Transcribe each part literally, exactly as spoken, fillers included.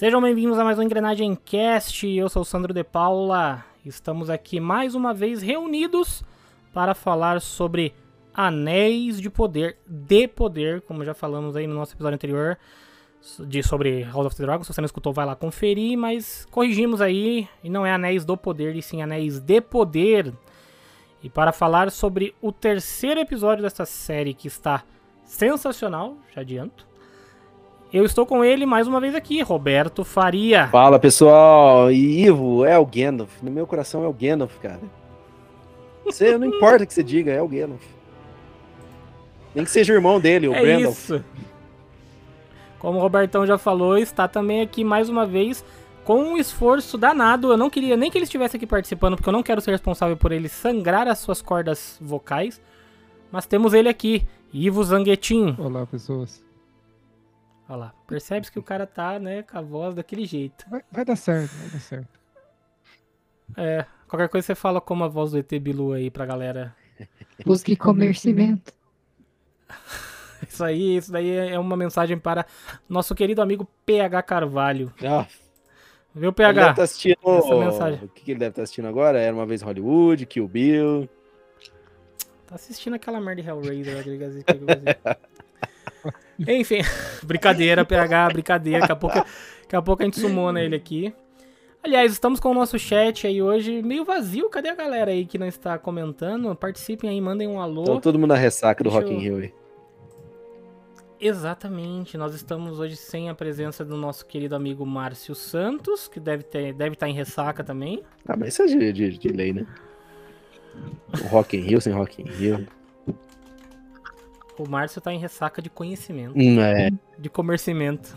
Sejam bem-vindos a mais um Engrenagem Cast, eu sou o Sandro de Paula, estamos aqui mais uma vez reunidos para falar sobre Anéis de Poder, de Poder, como já falamos aí no nosso episódio anterior, de, sobre House of the Dragon. Se você não escutou, vai lá conferir, mas corrigimos aí, e não é Anéis do Poder, e sim Anéis de Poder. E para falar sobre o terceiro episódio dessa série, que está sensacional, já adianto, eu estou com ele mais uma vez aqui, Roberto Faria. Fala, pessoal. E Ivo, é o Gandalf. No meu coração é o Gandalf, cara. Você, não importa o que você diga, é o Gandalf. Nem que seja o irmão dele, o é Brandalf. Isso. Como o Robertão já falou, está também aqui mais uma vez com um esforço danado. Eu não queria nem que ele estivesse aqui participando, porque eu não quero ser responsável por ele sangrar as suas cordas vocais. Mas temos ele aqui, Ivo Zanguetin. Olá, pessoas. Olha lá, percebe-se que o cara tá, né, com a voz daquele jeito. Vai, vai dar certo, vai dar certo. É, qualquer coisa você fala como a voz do E T Bilu aí pra galera. Busque comercimento. Isso aí, isso daí é uma mensagem para nosso querido amigo P H Carvalho. Ah, Viu, P ele H? deve tá assistindo... Essa mensagem. O que que ele deve estar assistindo agora? Era Uma Vez Hollywood, Kill Bill. Tá assistindo aquela merda de Hellraiser. Aquele gazinho, aquele gazinho. Enfim, brincadeira, P H, brincadeira. Daqui a pouco, daqui a pouco a gente sumona ele aqui. Aliás, estamos com o nosso chat aí hoje meio vazio. Cadê a galera aí que não está comentando? Participem aí, mandem um alô. Então todo mundo na ressaca do Deixa Rock in eu- Rio aí. Exatamente, nós estamos hoje sem a presença do nosso querido amigo Márcio Santos, que deve ter, deve estar em ressaca também. Ah, mas isso é de, de, de lei, né? O Rock in Rio sem Rock in Rio. O Márcio tá em ressaca de conhecimento, Hum, é. de comercimento.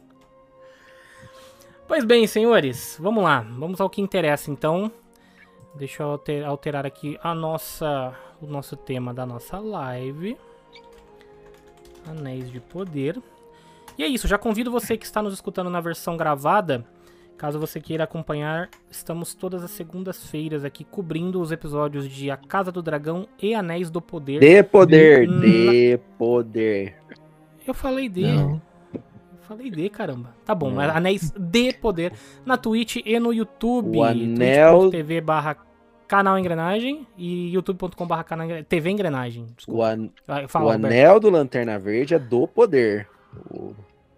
Pois bem, senhores, vamos lá, vamos ao que interessa então. Deixa eu alter- alterar aqui a nossa, o nosso tema da nossa live. Anéis de Poder. E é isso, já convido você que está nos escutando na versão gravada, caso você queira acompanhar, estamos todas as segundas-feiras aqui cobrindo os episódios de A Casa do Dragão e Anéis do Poder. De poder, Na- de poder. Eu falei de... Não. Eu falei de, caramba. Tá bom, Não. mas Anéis de Poder na Twitch e no YouTube. O anel- twitch ponto tv barra canal Engrenagem e youtube ponto com barra canal Engrenagem. T V Engrenagem. Desculpa. O, an... Vai, o Fala, Roberto. anel do Lanterna Verde é do poder. O,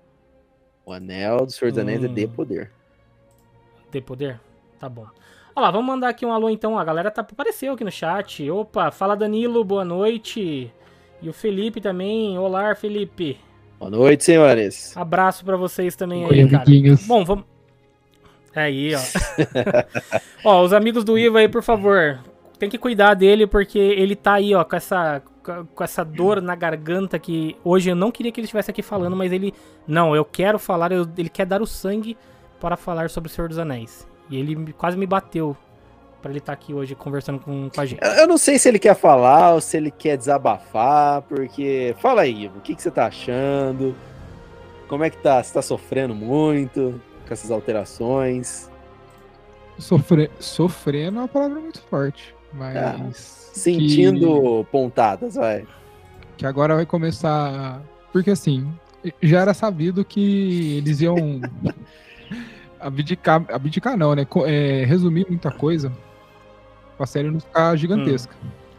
o anel do Senhor dos Anéis é de Hum. poder. De Poder? Tá bom. Olha lá, vamos mandar aqui um alô então. A galera tá, apareceu aqui no chat. Opa, fala Danilo, boa noite. E o Felipe também. Olá, Felipe. Boa noite, senhores. Abraço pra vocês também Oi, aí, cara. amiguinhos. Bom, vamos... Aí, ó. Ó, os amigos do Ivo aí, por favor, tem que cuidar dele, porque ele tá aí, ó, com essa, com essa dor na garganta que hoje eu não queria que ele estivesse aqui falando, mas ele... Não, eu quero falar, eu- ele quer dar o sangue para falar sobre o Senhor dos Anéis. E ele me- quase me bateu pra ele estar aqui hoje conversando com, com a gente. Eu eu não sei se ele quer falar ou se ele quer desabafar, porque... Fala aí, Ivo, o que, que você tá achando? Como é que tá? Você tá sofrendo muito com essas alterações? Sofre... Sofrendo é uma palavra muito forte, mas Ah, Sentindo pontadas, vai. que, que agora vai começar. Porque assim, já era sabido que eles iam abdicar, abdicar não, né? Co- é, resumir muita coisa pra série não ficar gigantesca.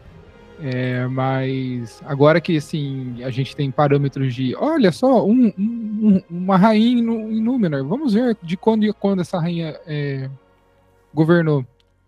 É, mas agora que assim a gente tem parâmetros de, olha só, um- um- um- uma rainha em Nú- em Númenor, vamos ver de quando e quando essa rainha é, governou.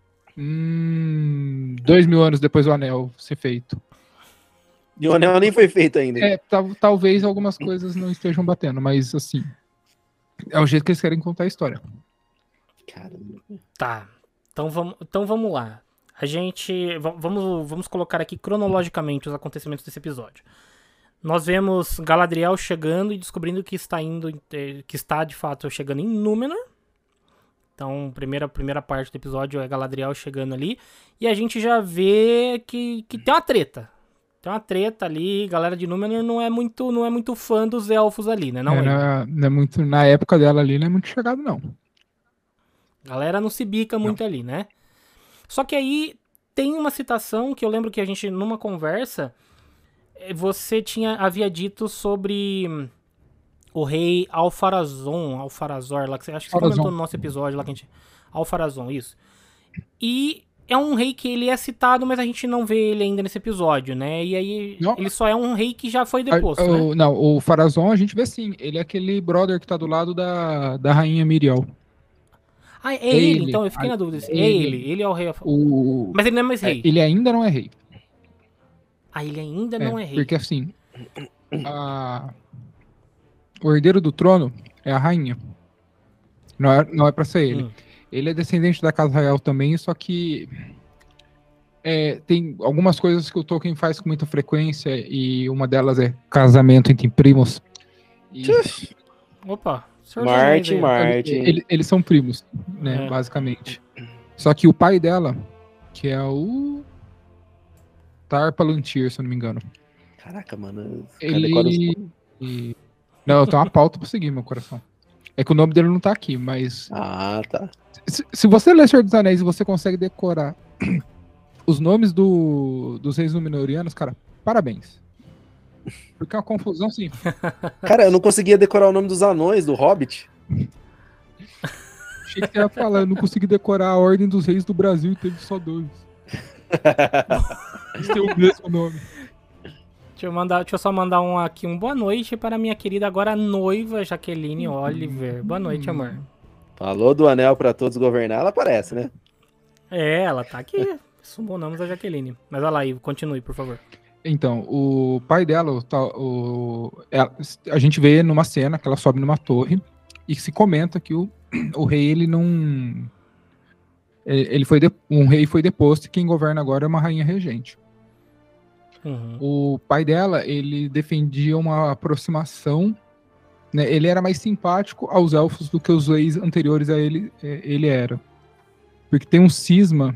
Hum, dois mil anos depois do anel ser feito. E o anel nem foi feito ainda. É, tal- talvez algumas coisas não estejam batendo, mas assim, é o jeito que eles querem contar a história. Caramba. Tá, então vamos, então vamos lá. A gente, va- vamos, vamos colocar aqui cronologicamente os acontecimentos desse episódio. Nós vemos Galadriel chegando e descobrindo que está indo, eh, que está de fato chegando em Númenor. Então, primeira primeira parte do episódio é Galadriel chegando ali e a gente já vê que, que tem uma treta. Tem uma treta ali, galera de Númenor não é muito não é muito fã dos elfos ali, né? Não, É, é, na, não é muito, na época dela ali não é muito chegado, não. galera não se bica muito ali, né? Só que aí tem uma citação que eu lembro que a gente, numa conversa, eh, você tinha havia dito sobre o rei Alfarazon, Alfarazor, lá que você acho que você Alfarazon. comentou no nosso episódio lá que a gente. Alfarazon, isso. E é um rei que ele é citado, mas a gente não vê ele ainda nesse episódio, né? E aí Não. ele só é um rei que já foi Ah, deposto, né? o- Não, o Farazon a gente vê sim. Ele é aquele brother que tá do lado da, da rainha Miriel. Ah, é é ele, ele. então eu fiquei Ah, na dúvida. É ele. ele, ele é o rei. Alfa- O, Mas ele não é mais é, rei. ele ainda não é rei. Ah, ele ainda É, não é rei. porque assim, a- o herdeiro do trono é a rainha. Não é, não é pra ser ele. Hum. Ele é descendente da casa real também, só que é, tem algumas coisas que o Tolkien faz com muita frequência e uma delas é casamento entre primos. E Opa, Senhor dos Anéis Martin, aí, ó. Martin. ele- eles são primos, né, É. basicamente. Só que o pai dela, que é o Tar Palantir, se eu não me engano. Caraca, mano. os caras decoram os- Ele. e- Não, eu tenho uma pauta pra seguir, meu coração. É que o nome dele não tá aqui, mas. Ah, tá. Se, se você lê Senhor dos Anéis e você consegue decorar os nomes do, dos reis Númenóreanos, cara, parabéns. Porque é uma confusão, sim. Cara, eu não conseguia decorar o nome dos anões do Hobbit. Achei que você ia falar, eu não consegui decorar a ordem dos reis do Brasil e teve só dois. Eles têm o mesmo nome. Deixa eu, mandar, deixa eu só mandar um aqui, um boa noite para minha querida agora noiva Jaqueline Oliver. Boa noite, amor. Falou do anel pra todos governar, ela aparece, né? É, ela tá aqui. Sumonamos a Jaqueline. Mas olha lá, Ivo, continue, por favor. Então, o pai dela, o, tal- o- ela- a gente vê numa cena que ela sobe numa torre e se comenta que o, o rei, ele não... Ele foi de- um rei foi deposto e quem governa agora é uma rainha regente. Uhum. O pai dela, ele defendia uma aproximação, né, ele era mais simpático aos elfos do que os reis anteriores a ele, eh, ele era. Porque tem um cisma.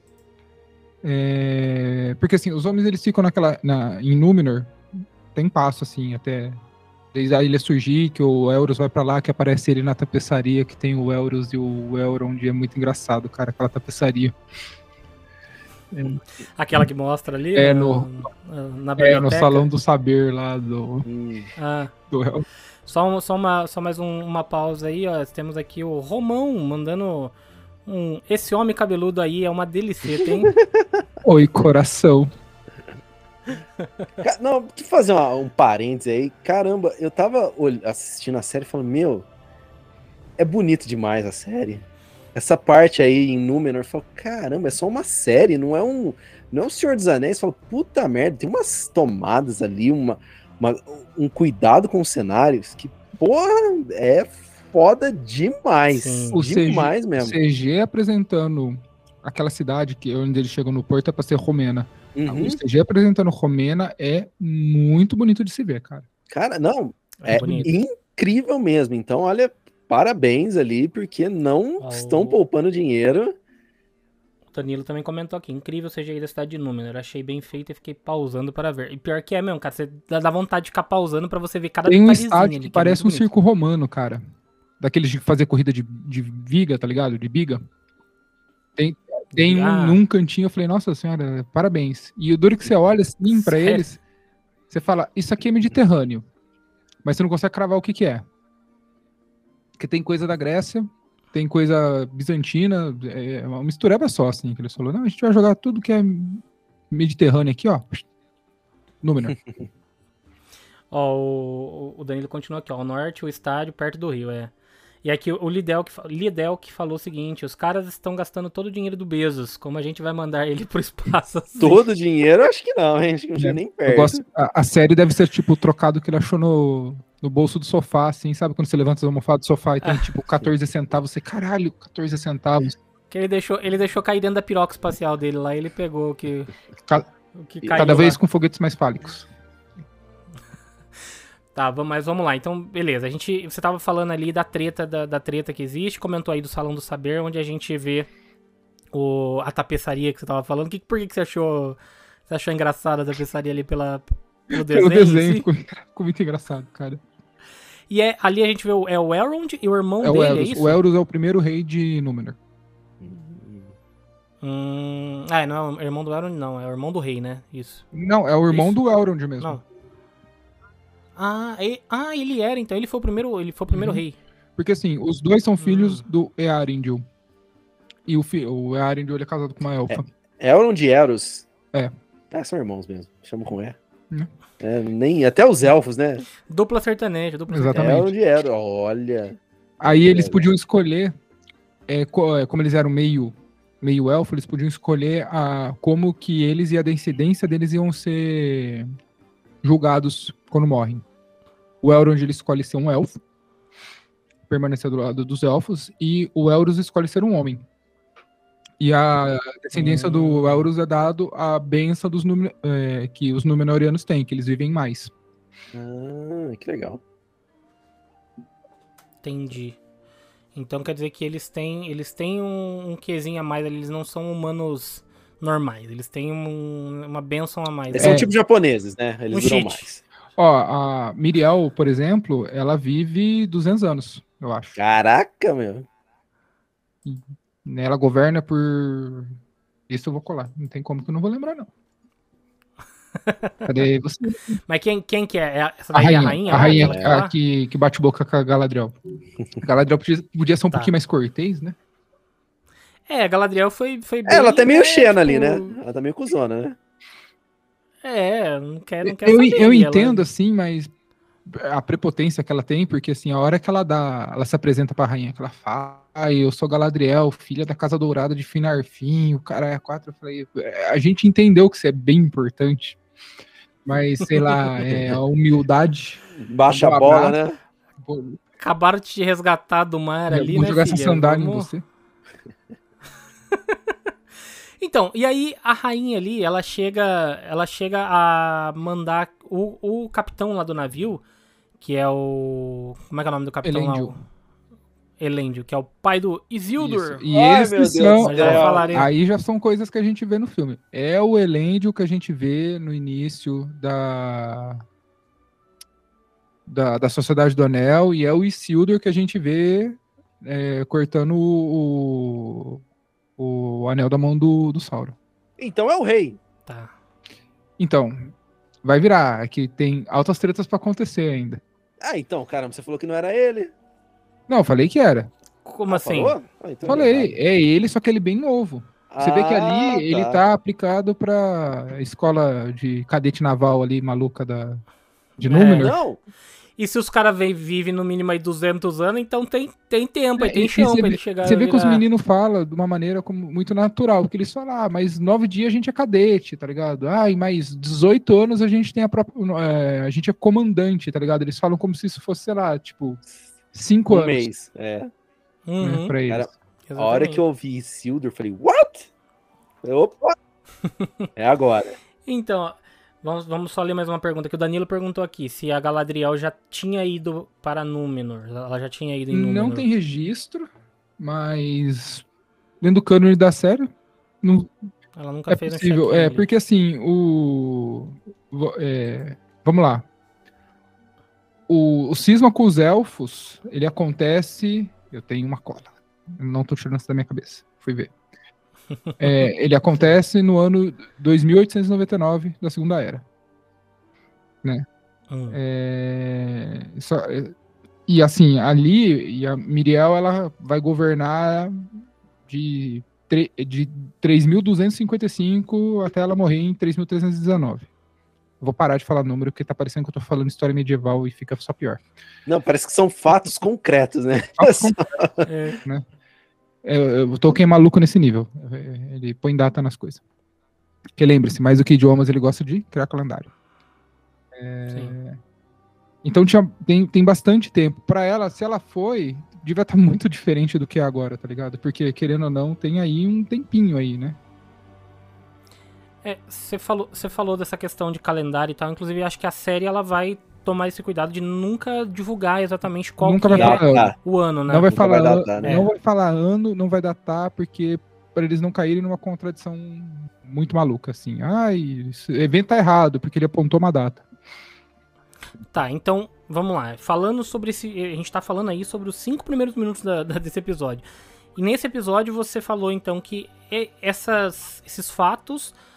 é, porque assim, os homens eles ficam naquela. Na, em Númenor, tem passo assim, até. Desde a ilha surgir, que o Elros vai pra lá, que aparece ele na tapeçaria, que tem o Elros e o Elrond, é muito engraçado, cara, aquela tapeçaria. Aquela que mostra ali É, no, na biblioteca. É, no Salão do Saber lá do, Hum. Ah, do Elros. só, um- só, uma, só mais um- uma pausa aí, ó. Temos aqui o Romão mandando um... Esse homem cabeludo aí é uma deliceta, hein? Oi, coração. Ca- Não, deixa eu fazer uma- um parênteses aí. Caramba, eu tava ol- assistindo a série falando, meu, é bonito demais a série. Essa parte aí em Númenor, eu falo, caramba, é só uma série, não é um, não é um Senhor dos Anéis. Eu falo, puta merda, tem umas tomadas ali, uma, uma- um cuidado com os cenários que, porra, é foda demais. Sim. O C G, Demais mesmo. C G apresentando aquela cidade que onde eles chegam no porto é pra ser romena. Uhum. O C G apresentando romena é muito bonito de se ver, cara. Cara, não, É é bonito. incrível mesmo. Então, olha, parabéns ali, porque não Ó, estão o- poupando dinheiro. O Danilo também comentou aqui. Incrível o C G I da cidade de Númenor. Achei bem feito e fiquei pausando para ver. E pior que é mesmo, cara. Você dá dá vontade de ficar pausando pra você ver cada Tem um detalhezinho estádio ali, que é parece um muito bonito. circo romano, cara. Daqueles de fazer corrida de, de viga, tá ligado? De biga. Tem, tem um Ah. num cantinho, eu falei, nossa senhora, parabéns. E o duro que você olha assim pra Sério? eles, você fala, isso aqui é Mediterrâneo. Mas você não consegue cravar o que que é. Porque tem coisa da Grécia, tem coisa bizantina, é uma mistureba só, assim, que eles falaram, não, a gente vai jogar tudo que é Mediterrâneo aqui, ó. Númenor. Ó, o, o Danilo continua aqui, ó. Ao norte, o estádio perto do rio, é. E aqui o Lidel que, fa- Lidel que falou o seguinte: os caras estão gastando todo o dinheiro do Bezos. Como a gente vai mandar ele pro espaço assim? Todo o dinheiro, acho que não, hein? Acho que não chega É, nem Eu perto. gosto, a, a série deve ser tipo o trocado que ele achou no, no bolso do sofá, assim, sabe? Quando você levanta as almofadas do sofá e tem tipo quatorze centavos, você, caralho, quatorze centavos. Que ele deixou, ele deixou cair dentro da piroca espacial dele lá. E ele pegou o que, Ca- o que caiu Cada lá. vez com foguetes mais fálicos. Tá, vamos- mas vamos lá. Então, beleza. A gente, você tava falando ali da treta, da, da treta que existe, comentou aí do Salão do Saber, onde a gente vê o, a tapeçaria que você tava falando. Que, por que, que você achou você achou engraçada a tapeçaria ali pela, pelo desenho? Pelo em desenho, si? ficou, ficou muito engraçado, cara. E é, ali a gente vê o, é o Elrond e o irmão É o dele, é Elros. isso? O Elros é o primeiro rei de Númenor. Hum, ah, não é o irmão do Elrond, não. É o irmão do rei, né? Isso. Não, é o irmão Isso. do Elrond mesmo. Não. Ah, e- ah, ele era, então. Ele foi o primeiro, ele foi o primeiro Uhum. rei. Porque assim, os dois são filhos Hum. do Earendil. E o, fi, o Earendil ele é casado com uma elfa. Elrond de Eros. É. Ah, são irmãos mesmo. Chamam com E. Hum. É, nem, até os elfos, né? Dupla sertaneja, dupla Exatamente. Elrond de Eros. Olha. Aí eles É, podiam escolher, é, co- é, como eles eram meio, meio elfo, eles podiam escolher a, como que eles e a descendência deles iam ser julgados quando morrem. O Elrond ele escolhe ser um elfo, permanecer do lado dos elfos, e o Elros escolhe ser um homem. E a descendência do Hum. Elros é dado a benção dos Númen- é, que os Númenóreanos têm, que eles vivem mais. Ah, que legal. Entendi. Então quer dizer que eles têm, eles têm um, um quezinho a mais, eles não são humanos normais, eles têm um- uma bênção a mais. Eles são É. tipo japoneses, né? Eles Um duram cheat. mais. Ó, a Miriel, por exemplo, ela vive duzentos anos, eu acho. Caraca, meu. Né, ela governa por... Isso eu vou colar. Não tem como que eu não vou lembrar, não. Cadê você? Mas quem, quem que é? É- Essa A daí é rainha. a rainha? A lá, rainha aquela que, que tá a lá? que, que bate boca com a Galadriel. A Galadriel podia, podia ser um Tá. pouquinho mais cortês, né? É, a Galadriel foi, foi bem... É, ela tá meio né, Xena ali, tipo, né? Ela tá meio cuzona, né? É, não quer, não quer Eu, saber. eu ela- entendo, assim, mas a prepotência que ela tem, porque assim, a hora que ela dá, ela se apresenta pra rainha, que ela fala, ai, eu sou Galadriel, filha da Casa Dourada de Finarfin, o cara é quatro, eu falei, a gente entendeu que isso é bem importante, mas sei lá, é, a humildade, Baixa Um a bola, abraço. né? pô, Acabaram de te resgatar do mar ali, vou né, jogar essa filha? sandália em Vamos- você. Então, e aí a rainha ali, ela chega, ela chega a mandar o, o capitão lá do navio, que é o... Como é que é o nome do capitão Elendil. lá? O- Elendil, que é o pai do Isildur. Isso. E Ai, eles meu que Deus são. do Já céu. falarei. Aí já são coisas que a gente vê no filme. É o Elendil que a gente vê no início da. Da, da Sociedade do Anel, e é o Isildur que a gente vê é, cortando o, o, o anel da mão do, do Sauron. Então é o rei. Tá. Então, vai virar. Aqui tem altas tretas pra acontecer ainda. Ah, então, caramba, você falou que não era ele. Não, eu falei que era. Como Ah, assim? falou? Ah, então Falei, é é ele, só que ele bem novo. Você vê que ali Ah, ele tá aplicado pra escola de cadete naval ali, maluca da, de É. Númenor. Não, E se os caras vivem no mínimo aí duzentos anos, então tem, tem tempo, aí É, tem e chão você pra vê- ele chegar Você a vê que os virar- meninos falam de uma maneira como muito natural, porque eles falam, ah, mas nove dias a gente é cadete, tá ligado? Ah, e mais dezoito anos a gente tem a própria. É, a gente é comandante, tá ligado? Eles falam como se isso fosse, sei lá, tipo, cinco um anos mês. É. né, Uhum, pra eles. Cara, A hora exatamente. que eu ouvi Isildur, eu falei, what? Eu, Opa! É agora. Então, vamos, vamos só ler mais uma pergunta que o Danilo perguntou aqui, se a Galadriel já tinha ido para Númenor, ela já tinha ido em Númenor. Não tem registro, mas dentro do cânone da série, não, Ela nunca é fez um possível. check-in É, ali. porque assim, o. vo- é, vamos lá. O, o cisma com os elfos, ele acontece. Eu tenho uma cola. Eu não tô tirando isso da minha cabeça. Fui ver. É, ele acontece no ano dois mil oitocentos e noventa e nove da Segunda Era. Hum. É, só- é, e assim, ali, e a Miriel, ela vai governar de, tre- de três mil duzentos e cinquenta e cinco até ela morrer em três mil trezentos e dezenove. Vou parar de falar número, porque tá parecendo que eu tô falando história medieval e fica só pior. Não, parece que são fatos concretos, né? Fatos concretos. É. É, o Tolkien é maluco nesse nível. É, ele põe data nas coisas. Porque lembre-se, mais do que idiomas, ele gosta de criar calendário. Sim. Então tinha, tem, tem bastante tempo. Pra ela, se ela foi, devia estar muito diferente do que é agora, tá ligado? Porque, querendo ou não, tem aí um tempinho aí, né? É, você falou, você falou dessa questão de calendário e tal, inclusive acho que a série ela vai tomar esse cuidado de nunca divulgar exatamente qual Nunca que vai é falar. Tá, tá. o ano, né? Não vai Nunca falar, vai an- datar, né? não vai falar ano, não vai datar, porque para eles não caírem numa contradição muito maluca, assim. Ai, esse evento tá errado, porque ele apontou uma data. Tá, então, vamos lá. Falando sobre esse... A gente tá falando aí sobre os cinco primeiros minutos da- da- desse episódio. E nesse episódio você falou, então, que e- essas, esses fatos,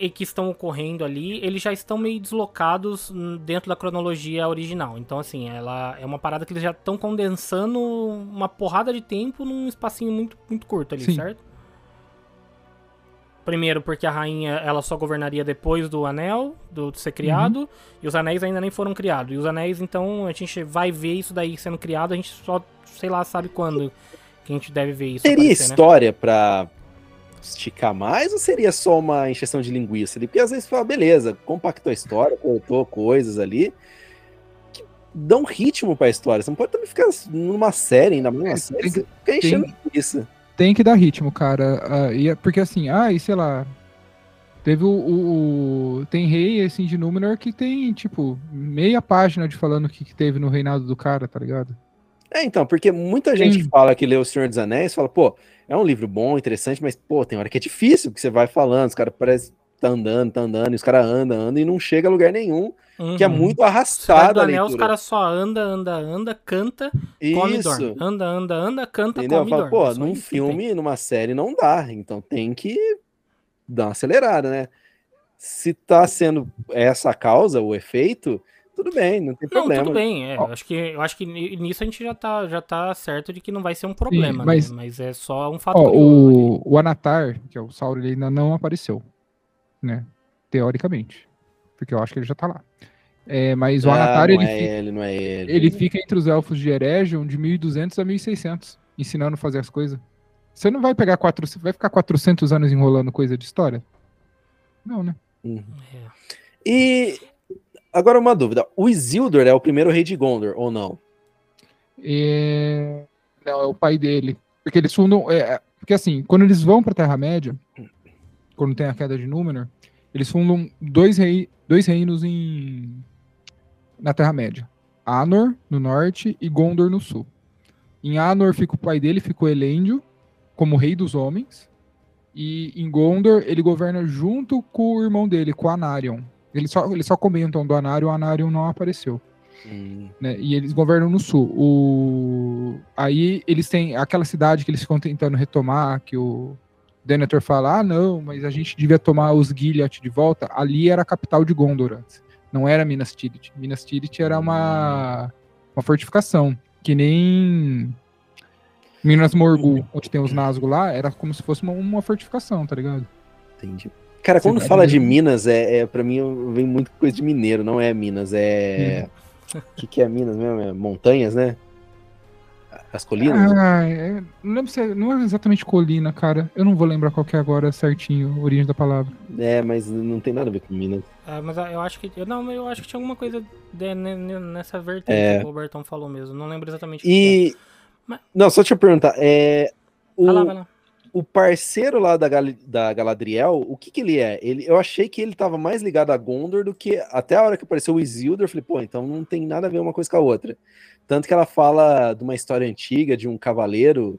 e que estão ocorrendo ali, eles já estão meio deslocados dentro da cronologia original. Então, assim, ela é uma parada que eles já estão condensando uma porrada de tempo num espacinho muito, muito curto ali, Sim. certo? Primeiro porque a rainha, ela só governaria depois do anel, do, de ser criado, Uhum. e os anéis ainda nem foram criados. E os anéis, então, a gente vai ver isso daí sendo criado, a gente só, sei lá, sabe quando que a gente deve ver isso Teria aparecer, né? história pra esticar mais ou seria só uma encheção de linguiça ali? Porque às vezes fala, beleza, compactou a história, cortou coisas ali que dão ritmo pra história. Você não pode também ficar numa série, ainda mais numa É, série, tem que- você fica enchendo linguiça. Tem que dar ritmo, cara. Ah, e é- porque assim, ah, e sei lá. Teve o, o- o- Tem rei, assim, de Númenor que tem, tipo, meia página de falando o que, que teve no reinado do cara, tá ligado? É, então, porque muita gente Sim. que fala que lê O Senhor dos Anéis, fala, pô, é um livro bom, interessante, mas, pô, tem hora que é difícil, porque você vai falando, os caras parecem tá andando, tá andando, e os caras andam, andam e não chega a lugar nenhum, Uhum. que é muito Cidade do arrastada a Anel, os leitura. caras só anda, anda, anda, canta, come e dorme. Isso, Anda, anda, anda, canta, entendeu? come e Fala, dorme. pô, É só num isso que tem. filme, numa série não dá, então tem que dar uma acelerada, né? Se tá sendo essa a causa, o efeito, tudo bem, não tem Não, problema. tudo bem. É, Ó. eu acho que, eu acho que ni- nisso a gente já tá, já tá certo de que não vai ser um problema, mas- né? Mas é só um fato Ó, curioso. ali. o, o Anatar, que é o Sauron, ele ainda não apareceu, né? Teoricamente. Porque eu acho que ele já tá lá. É, mas o Ah, Anatar, não ele, é fi- ele, não é ele. ele fica entre os elfos de Eregion de mil e duzentos a mil e seiscentos, ensinando a fazer as coisas. Você não vai pegar quatro, você vai ficar quatrocentos anos enrolando coisa de história? Não, né? Uhum. É. E agora uma dúvida, o Isildur é o primeiro rei de Gondor, ou não? É... Não, é o pai dele. Porque eles fundam. é, Porque assim, quando eles vão pra Terra-média, quando tem a queda de Númenor, eles fundam dois, rei... dois reinos em... na Terra-média. Anor, no norte, e Gondor, no sul. Em Anor fica o pai dele, fica o Elendil, como rei dos homens. E em Gondor, ele governa junto com o irmão dele, com o Anarion. Eles só, eles só comentam do Anarion, o Anarion não apareceu. Hum. Né? E eles governam no sul. O... Aí eles têm aquela cidade que eles ficam tentando retomar, que o Denethor fala, ah, não, mas a gente devia tomar os Gilead de volta. Ali era a capital de Gondor antes. Não era Minas Tirith. Minas Tirith era uma, uma fortificação, que nem Minas Morgul, onde tem os Nazgûl lá, era como se fosse uma, uma fortificação, tá ligado? Entendi. Cara, quando Cidade fala de mesmo. Minas, é, é para mim vem muito coisa de mineiro, não é Minas, é o que, que é Minas mesmo? É montanhas, né? As colinas? Ah, é- não lembro se é, não é exatamente colina, cara. Eu não vou lembrar qual que é agora certinho a origem da palavra. É, mas não tem nada a ver com Minas. É, mas eu acho que. Eu, não, eu acho que tinha alguma coisa de- ne- ne- nessa vertente É. que o Robertão falou mesmo. Não lembro exatamente o que é. E. Mas- Não, só deixa eu perguntar. É, o, Vai lá, vai lá. o parceiro lá da, Gal da Galadriel, o que que ele é? Ele, eu achei que ele tava mais ligado a Gondor do que. Até a hora que apareceu o Isildur, eu falei, pô, então não tem nada a ver uma coisa com a outra. Tanto que ela fala de uma história antiga de um cavaleiro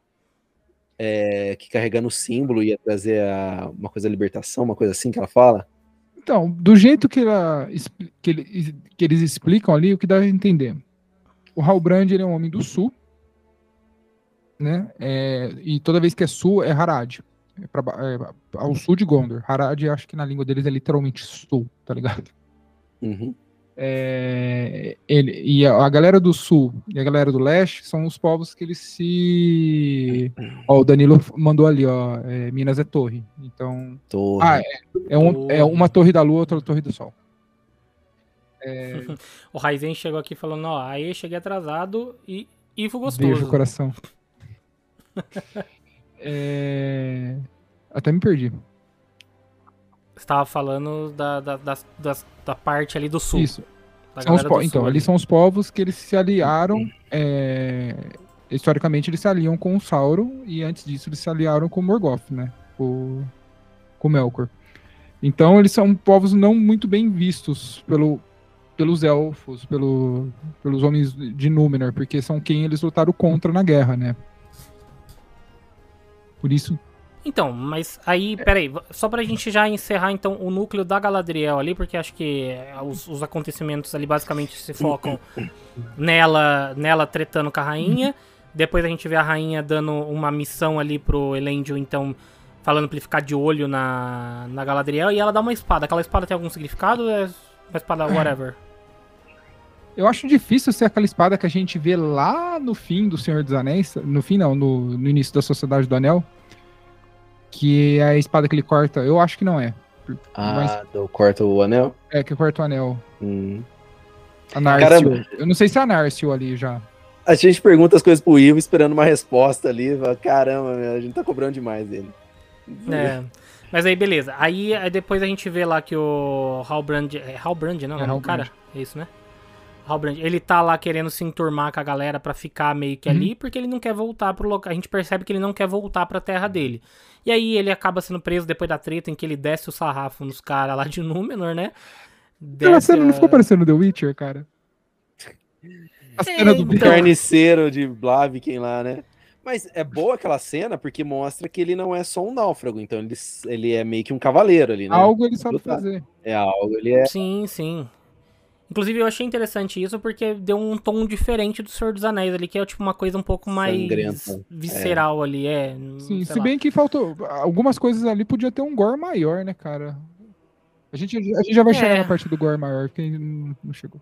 é, que carregando o símbolo ia trazer a- uma coisa da libertação, uma coisa assim que ela fala. Então, do jeito que, ela, expli- que, ele- que eles explicam ali, o que dá a entender. O Halbrand, ele é um homem do sul, né? É, e toda vez que é sul, é Harad. É pra ba- é ao sul de Gondor. Harad, acho que na língua deles é literalmente sul, tá ligado? Uhum. É, ele, e a, a galera do sul e a galera do leste são os povos que eles se. Ó, o Danilo mandou ali, ó. é, Minas é torre. Então. Torre. Ah, é, é, um- é uma torre da lua, outra torre do sol. O Raizen chegou aqui falando, ó, aí cheguei atrasado e Ivo gostoso. Beijo, coração. É, Até me perdi. Você tava falando da, da, das- das- da parte ali do sul. Isso. Da São os galera po- do Então, sul ali são os povos que eles se aliaram. é, Historicamente, eles se aliam com o Sauron. E antes disso, eles se aliaram com o Morgoth, né? Com, com o Melkor. Então, eles são povos não muito bem vistos pelo, pelos elfos, pelo, pelos homens de Númenor, porque são quem eles lutaram contra na guerra, né? Por isso. Então, mas aí, peraí, só pra gente já encerrar então o núcleo da Galadriel ali, porque acho que é, os, os acontecimentos ali basicamente se focam nela, nela tretando com a rainha, depois a gente vê a rainha dando uma missão ali pro Elendil, então, falando pra ele ficar de olho na, na Galadriel, e ela dá uma espada. Aquela espada tem algum significado ou é uma espada whatever? Eu acho difícil ser aquela espada que a gente vê lá no fim do Senhor dos Anéis. No fim, não, no, no início da Sociedade do Anel. Que é a espada que ele corta. Eu acho que não é. Ah, Mas, do corta o anel? é, que corta o anel. Hum. A Narsil. Caramba. Eu não sei se é a Narsil ali já. A gente pergunta as coisas pro Ivo esperando uma resposta ali. Fala, caramba, meu, a gente tá cobrando demais dele. É. Mas aí, beleza. Aí, aí depois a gente vê lá que o Halbrand... É Halbrand, não? É É o Halbrand. cara? É isso, né? Halbrand. Ele tá lá querendo se enturmar com a galera pra ficar meio que Uhum. ali, porque ele não quer voltar pro local. A gente percebe que ele não quer voltar pra terra dele. E aí ele acaba sendo preso depois da treta em que ele desce o sarrafo nos caras lá de Númenor, né? Aquela Desce cena não a- ficou parecendo The Witcher, cara? A cena do então. bicho. Carniceiro de Blaviken lá, né? Mas é boa aquela cena porque mostra que ele não é só um náufrago. Então ele, ele é meio que um cavaleiro ali, né? Algo ele sabe Lutar. fazer. É algo, ele é... Sim, sim. Inclusive eu achei interessante isso porque deu um tom diferente do Senhor dos Anéis ali, que é tipo uma coisa um pouco mais Sangrenta. visceral ali, é. Sim, sei se lá. bem que faltou. Algumas coisas ali podia ter um gore maior, né, cara? A gente, a gente já vai É. chegar na parte do gore maior, porque não não chegou.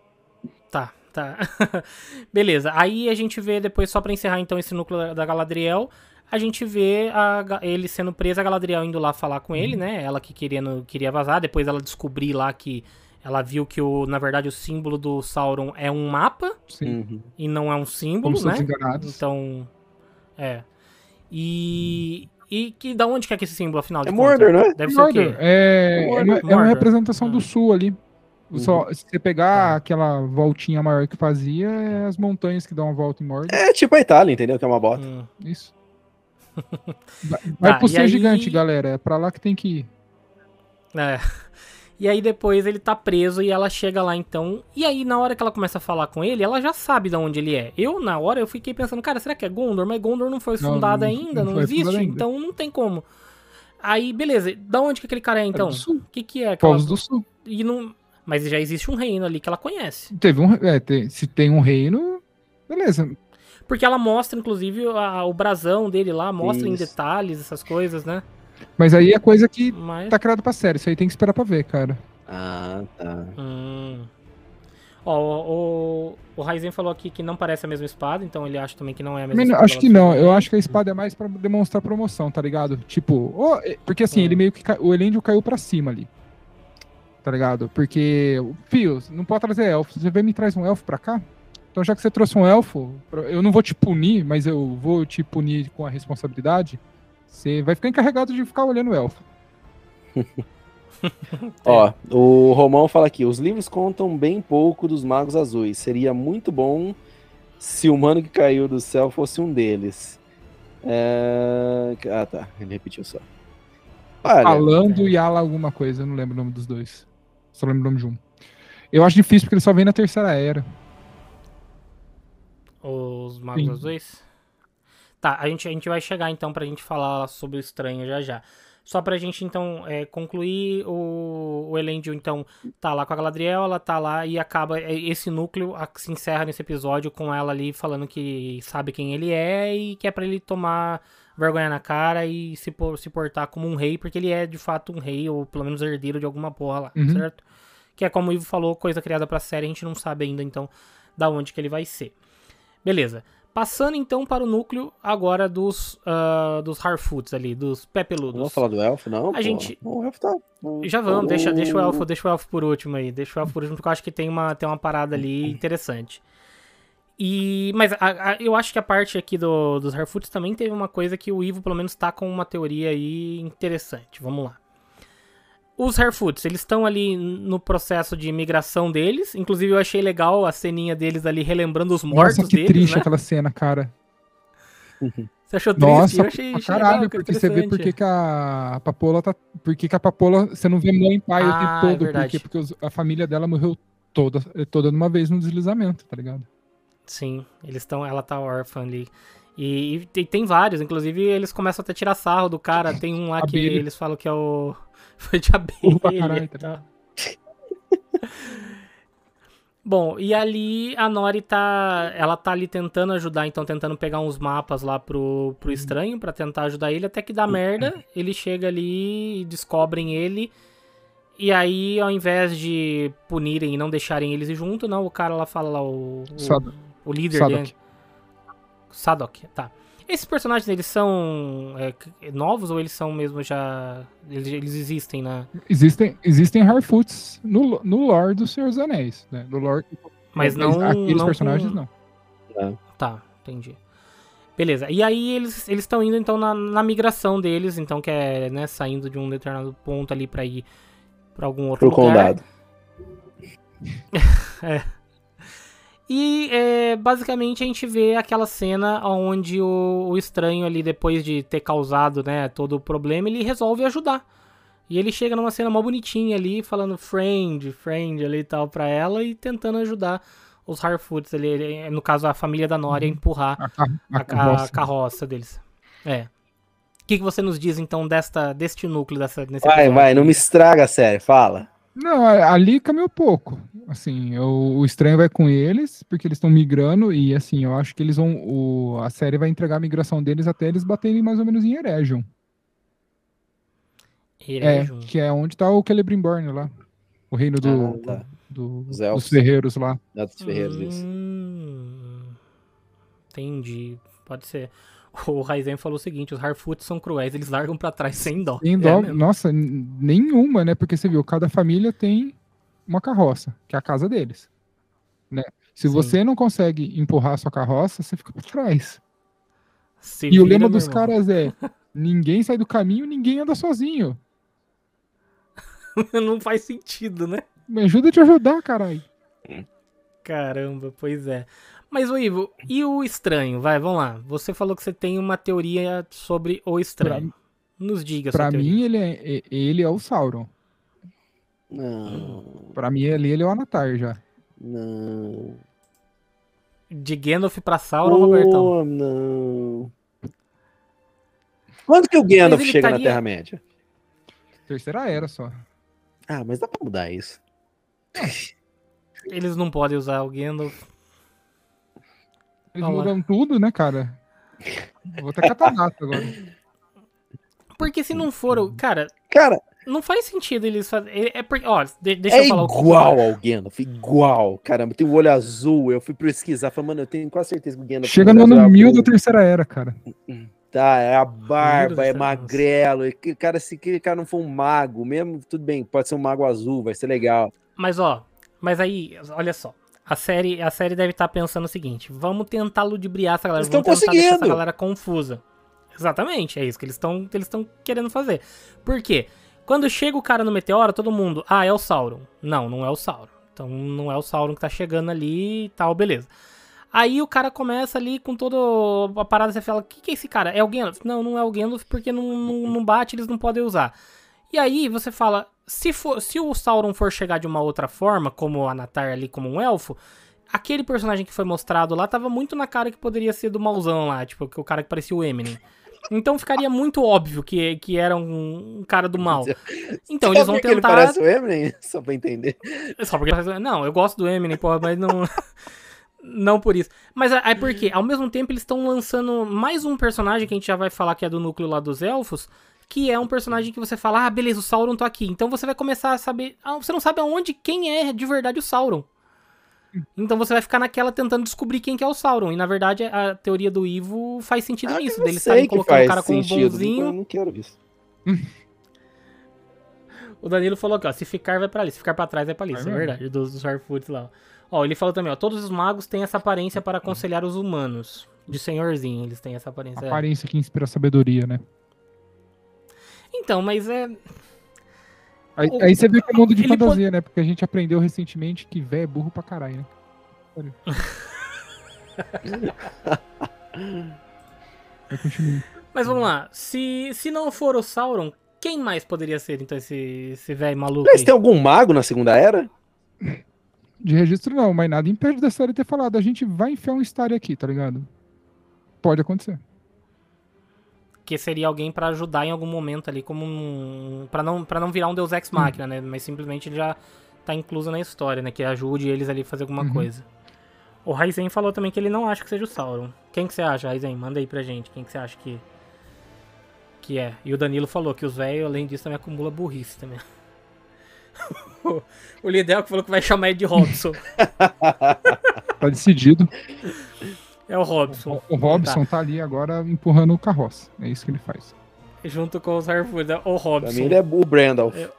Tá, tá. Beleza. Aí a gente vê depois, só pra encerrar então esse núcleo da- da Galadriel, a gente vê a Ga- ele sendo preso, a Galadriel indo lá falar com ele, né? Ela que queria, no- queria vazar, depois ela descobrir lá que ela viu que, o, na verdade, o símbolo do Sauron é um mapa Sim. Uhum. e não é um símbolo, Fomos né? todos enganados. Então, é. E... E que, da onde que é que esse símbolo, afinal de É contas? Mordor, não é? Deve ser o Mordor, quê? é, Mordor. é uma- é uma Mordor. representação do Ah. sul ali. Uhum. Só, se você pegar Tá. aquela voltinha maior que fazia, é as montanhas que dão uma volta em Mordor. É tipo a Itália, entendeu? Que é uma bota. Hum. Isso. Vai, vai Tá, pro e ser aí- gigante, galera. É pra lá que tem que ir. É. E aí depois ele tá preso e ela chega lá então. E aí na hora que ela começa a falar com ele, ela já sabe de onde ele é. Eu, na hora, eu fiquei pensando, cara, será que é Gondor? Mas Gondor não foi Não, fundada não- ainda, não não, foi existe, fundada ainda. então não tem como. Aí, beleza, da onde que aquele cara é então? do sul. O que que é aquela... Povos do sul. E não... Mas já existe um reino ali que ela conhece. Teve um, é, tem- se tem um reino, beleza. Porque ela mostra, inclusive, a- o brasão dele lá, mostra em Isso. detalhes essas coisas, né? Mas aí é coisa que Mas... tá criado pra série. Isso aí tem que esperar pra ver, cara. Ah, tá. Hum. Ó, o, o, o Raizen falou aqui que não parece a mesma espada, então ele acha também que não é a mesma Também não- espada. acho lá que do não. Superman. Eu acho que a espada é mais pra demonstrar promoção, tá ligado? Tipo, ó, é- porque assim, Hum. ele meio que. ca- O Elendil caiu pra cima ali. Tá ligado? Porque, Fio, não pode trazer elfo. Você vem e me traz um elfo pra cá? Então, já que você trouxe um elfo, pra- eu não vou te punir, mas eu vou te punir com a responsabilidade. Você vai ficar encarregado de ficar olhando o elfo. Ó, o Romão fala aqui: os livros contam bem pouco dos Magos Azuis. Seria muito bom se o humano que caiu do céu fosse um deles. É... Ah, tá. Ele repetiu só. Olha, Falando e Ala alguma coisa, eu não lembro o nome dos dois. Só lembro o nome de um. Eu acho difícil porque ele só vem na terceira era. Os Magos Sim. Azuis? Tá, a gente, a gente vai chegar então pra gente falar sobre o estranho já já. Só pra gente então é, concluir, o, o Elendil então tá lá com a Galadriel, ela tá lá e acaba, é, esse núcleo a- se encerra nesse episódio com ela ali falando que sabe quem ele é e que é pra ele tomar vergonha na cara e se, por- se portar como um rei, porque ele é de fato um rei, ou pelo menos herdeiro de alguma porra lá, Uhum. certo? Que é como o Ivo falou, coisa criada pra série, a gente não sabe ainda então da onde que ele vai ser. Beleza. Passando então para o núcleo agora dos, ah, dos Harfoots ali, dos pé peludos. não vamos falar do elfo, não? A pô? gente- O elfo tá. Já vamos, deixa, deixa, o elfo, deixa o elfo por último aí. Deixa o elfo por último, porque eu acho que tem uma, tem uma parada ali interessante. E, mas a- a- eu acho que a parte aqui do, dos Harfoots também teve uma coisa que o Ivo pelo menos tá com uma teoria aí interessante. Vamos lá. Os Harfoots, eles estão ali no processo de migração deles. Inclusive eu achei legal a ceninha deles ali relembrando os mortos Nossa, que deles, triste né? aquela cena, cara. Você achou triste? Nossa, eu achei, pra achei caralho, legal, cara, porque você vê por que que a Papola tá. Por que que a Papola. Você não vê mãe e pai Ah, o é tempo todo. verdade. Por quê? Porque os- a família dela morreu toda, toda de uma vez no deslizamento, tá ligado? Sim, eles estão, ela tá órfã ali. E, e tem, tem vários, inclusive eles começam até a tirar sarro do cara. Tem um lá que Abelha. eles falam que é o. Foi de Burro pra abelha caralho, e tá tal. Bom, e ali a Nori tá. Ela tá ali tentando ajudar, então tentando pegar uns mapas lá pro, pro estranho pra tentar ajudar ele, até que dá merda. Ele chega ali e descobrem ele. E aí, ao invés de punirem e não deixarem eles ir junto, não, o cara lá fala lá, o. O, Sadok. o líder Sadok. dele. Sadok, tá. Esses personagens, eles são é, novos ou eles são mesmo já. Eles, eles existem, né? Existem, existem Harfoots no, no lore do Senhor dos Anéis, né? No lore, Mas não. aqueles não personagens com... não. Tá, entendi. Beleza. E aí eles eles estão indo então na, na migração deles, então que é, né, saindo de um determinado ponto ali pra ir pra algum outro Pro lugar. condado. É. E é, basicamente a gente vê aquela cena onde o, o estranho ali, depois de ter causado, né, todo o problema, ele resolve ajudar. E ele chega numa cena mó bonitinha ali, falando friend, friend ali e tal pra ela e tentando ajudar os Harfoots ali, ele- no caso a família da Nori, a empurrar A, car- a a, a carroça. carroça deles. É. O que, que você nos diz então desta, deste núcleo, dessa, nesse Vai, episódio? vai, não me estraga a série, fala. Não, a- ali caminhou pouco. Assim, o, o estranho vai com eles, porque eles estão migrando, e assim, eu acho que eles vão. O, a série vai entregar a migração deles até eles baterem mais ou menos em Eregion. É, Erejum. que é onde tá o Celebrimbor lá. O reino do, Ah, tá. do- Os elfos. dos ferreiros lá. Não, dos ferreiros, isso. Hum, entendi. Pode ser. O Raizen falou o seguinte: os Harfoots são cruéis, eles largam pra trás sem dó. Tem É dó, mesmo. nossa, n- nenhuma, né? Porque você viu, cada família tem uma carroça, que é a casa deles. Né? Se Sim. você não consegue empurrar a sua carroça, você fica pra trás. Se E o vira, lema meu dos irmão. caras é: ninguém sai do caminho, ninguém anda sozinho. Não faz sentido, né? Me ajuda a te ajudar, caralho. Caramba, pois é. Mas, o Ivo, e o estranho? Vai, vamos lá. Você falou que você tem uma teoria sobre o estranho. Nos diga a sua Pra teoria. mim, ele é, e- ele é o Sauron. Não, Pra mim, ali ele é o Anatar já. não. De Gandalf pra Sauron, Robertão. Oh, não. Quando que o Gandalf Mas ele chega na estaria- Terra-média? Terceira era só. Ah, mas dá pra mudar isso. Eles não podem usar o Gandalf. Eles Olha lá. mudam tudo, né, cara? Eu vou até catar data agora. Porque se não for o... Cara, Cara, não faz sentido eles fazerem... É porque... Ó, de- deixa é eu falar o que... igual ao Gandalf, igual. Caramba, tem o olho azul. Eu fui pesquisar, falei, mano, eu tenho quase certeza que o Gandalf Chega tem no o olho ano mil azul. da Terceira Era, cara. Tá, é a barba, é Deus, magrelo. E que- cara, se aquele cara não for um mago, mesmo, tudo bem, pode ser um mago azul, vai ser legal. Mas, ó... Mas aí, olha só. A série, a série deve estar pensando o seguinte: vamos tentar ludibriar essa galera, Eles vamos tão tentar deixar essa conseguindo. galera confusa. Exatamente, é isso que eles estão eles estão querendo fazer. Por quê? Quando chega o cara no meteoro, todo mundo, ah, é o Sauron. Não, não é o Sauron. Então não é o Sauron que tá chegando ali e tal, beleza. Aí o cara começa ali com toda a parada, você fala, o que, que é esse cara? É o Gandalf? Não, não é o Gandalf porque não, não, não bate, eles não podem usar. E aí você fala, se, for, se o Sauron for chegar de uma outra forma, como o Anatar ali, como um elfo, aquele personagem que foi mostrado lá tava muito na cara que poderia ser do mauzão lá, tipo, que o cara que parecia o Eminem. Então ficaria muito óbvio que, que era um, um cara do mal. Então eles vão Sabe que ele tentar... parece o Eminem? Só pra entender. Só porque... Não, eu gosto do Eminem, porra, mas não... Não por isso. Mas é porque, ao mesmo tempo, eles estão lançando mais um personagem que a gente já vai falar que é do núcleo lá dos elfos, que é um personagem que você fala, ah, beleza, o Sauron tá aqui. Então você vai começar a saber... Ah, você não sabe aonde, quem é de verdade o Sauron. Então você vai ficar naquela tentando descobrir quem que é o Sauron. E na verdade a teoria do Ivo faz sentido Ah, nisso. eu Deles sei estarem que colocando faz o cara como sentido, bonzinho. Eu não quero isso. O Danilo falou aqui, ó, se ficar vai pra ali, se ficar pra trás vai pra ali, Vai isso é mesmo. verdade, dos, dos Harfoots lá. Ó, ele falou também, ó, todos os magos têm essa aparência para aconselhar os humanos. De senhorzinho, eles têm essa aparência. é. Aparência que inspira sabedoria, né? Então, mas é... Aí, O- aí você vê que é mundo de ele fantasia, né? Porque a gente aprendeu recentemente que véio é burro pra caralho, né? Olha. Eu continuo. Mas vamos lá, se, se não for o Sauron, quem mais poderia ser, então, esse, esse velho maluco Mas aí? tem algum mago na Segunda Era? De registro não, mas nada impede da série ter falado. A gente vai enfiar um Starry aqui, tá ligado? Pode acontecer. Que seria alguém pra ajudar em algum momento ali, como um... Pra não, pra não virar um Deus Ex Machina, né? Mas simplesmente ele já tá incluso na história, né? Que ajude eles ali a fazer alguma Uhum. coisa. O Raizen falou também que ele não acha que seja o Sauron. Quem que você acha, Raizen? Manda aí pra gente. Quem que você acha que, que é? E o Danilo falou que os velhos, além disso, também acumulam burrice também. O Lidel que falou que vai chamar ele de Robson. Tá decidido. É o Robson. O, o Robson tá. ali agora empurrando o carroça. É isso que ele faz. Tá. Junto com os Harfoots. O Robson. Pra mim ele é o Brandalf. É.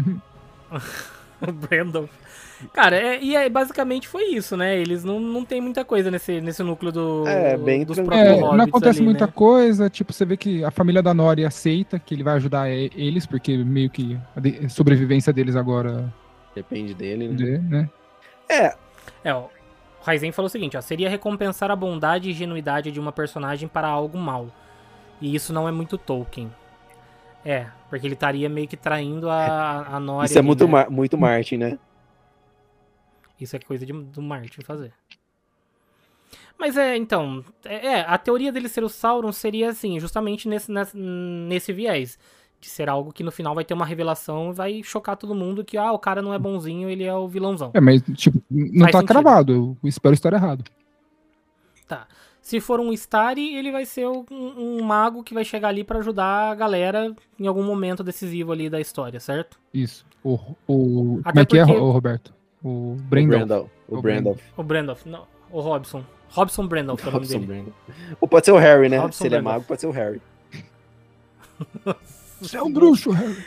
O Brandon. Cara, é, e é, basicamente foi isso, né? Eles não, não tem muita coisa nesse, nesse núcleo do, É, bem dos tranquilo. próprios É, hobbits não acontece ali, muita né? coisa, tipo, você vê que a família da Nori aceita que ele vai ajudar e- eles, porque meio que a de- sobrevivência deles agora, Depende dele, né? né, né? É, É, ó, o Raizen falou o seguinte, ó, seria recompensar a bondade e ingenuidade de uma personagem para algo mal. E isso não é muito Tolkien. É, porque ele estaria meio que traindo a, a Nori isso é ali, muito, né? Mar- muito Martin, né? Isso é coisa de- do Martin fazer. Mas é, então, é, é, a teoria dele ser o Sauron seria assim, justamente nesse, nesse, nesse viés. De ser algo que no final vai ter uma revelação e vai chocar todo mundo que, ah, o cara não é bonzinho, ele é o vilãozão. É, mas, tipo, não Faz tá sentido. cravado, eu espero estar errado. Tá. Se for um Stari, ele vai ser um, um mago que vai chegar ali pra ajudar a galera em algum momento decisivo ali da história, certo? Isso. O, o, Até como é que porque- é, o Roberto? O O Brandon. Brandalf. O O Brandalf. O Brandalf, não, o Robson. Robson Brandalf é o nome Robson dele. Brandalf. Ou pode ser o Harry, né? Robson Se ele é Brandalf. mago, pode ser o Harry. Você é um bruxo, Harry.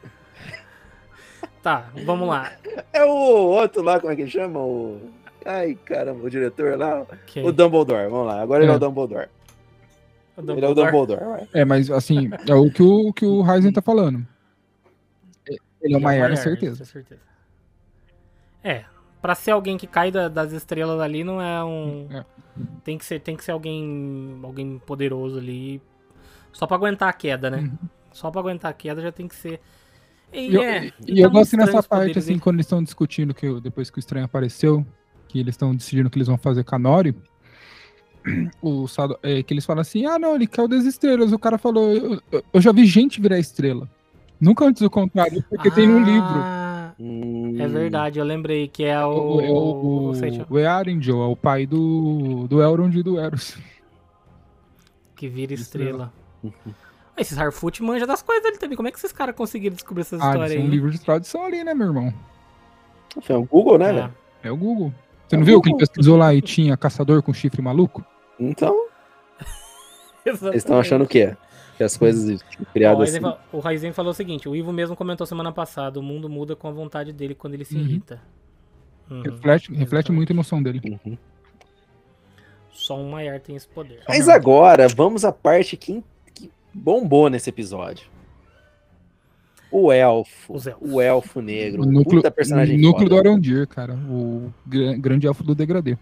Tá, vamos lá. É o outro lá, como é que ele chama? O... Ai, caramba, o diretor lá. Quem? O Dumbledore, vamos lá. Agora ele é É. o Dumbledore. O Ele é o Dumbledore. Dumbledore, vai. É, mas assim, é o que o, que o Ryzen tá falando. Ele é o Maiar, Maiar, certeza. com certeza. É, pra ser alguém que cai da- das estrelas ali não é um... É. Tem que ser, tem que ser alguém, alguém poderoso ali. Só pra aguentar a queda, né? Uhum. Só pra aguentar a queda já tem que ser... E, E eu, é, e e eu tá gosto mostrando nessa os parte, poderes assim, dele. quando eles estão discutindo, que eu- depois que o estranho apareceu, que eles estão decidindo o que eles vão fazer com a Nori, o Sado, é, que eles falam assim, ah, não, ele caiu das estrelas. O cara falou, eu, eu- eu já vi gente virar estrela. Nunca antes o contrário, porque tem um livro. Ah, Hum, é verdade, eu lembrei que é O, o... é o, não sei, deixa eu- o Earendil, é o pai do, do Elrond e do Eros. que vira Estrela. estrela. Esses Harfoot manja das coisas dele também. Como é que esses caras conseguiram descobrir essas Ah, histórias isso é aí? um livro de tradição ali, né, meu irmão? Foi o Google, né, É. velho? É o Google. Você É não o viu que ele Google. pesquisou lá e tinha caçador com chifre maluco? Então, eles estão Exatamente. achando o quê? Que as coisas tipo, Ó, criadas o assim. Raizen fa- o Raizen falou o seguinte, o Ivo mesmo comentou semana passada, o mundo muda com a vontade dele quando ele se Uhum. irrita. Uhum, Reflete, reflete exatamente. muito a emoção dele. Uhum. Só um Maiar tem esse poder. Mas agora, vamos à parte que, que bombou nesse episódio. O elfo. Os elfos. O elfo negro. O núcleo, Puta personagem núcleo do foda. Arondir, cara. O gra- grande elfo do degradê.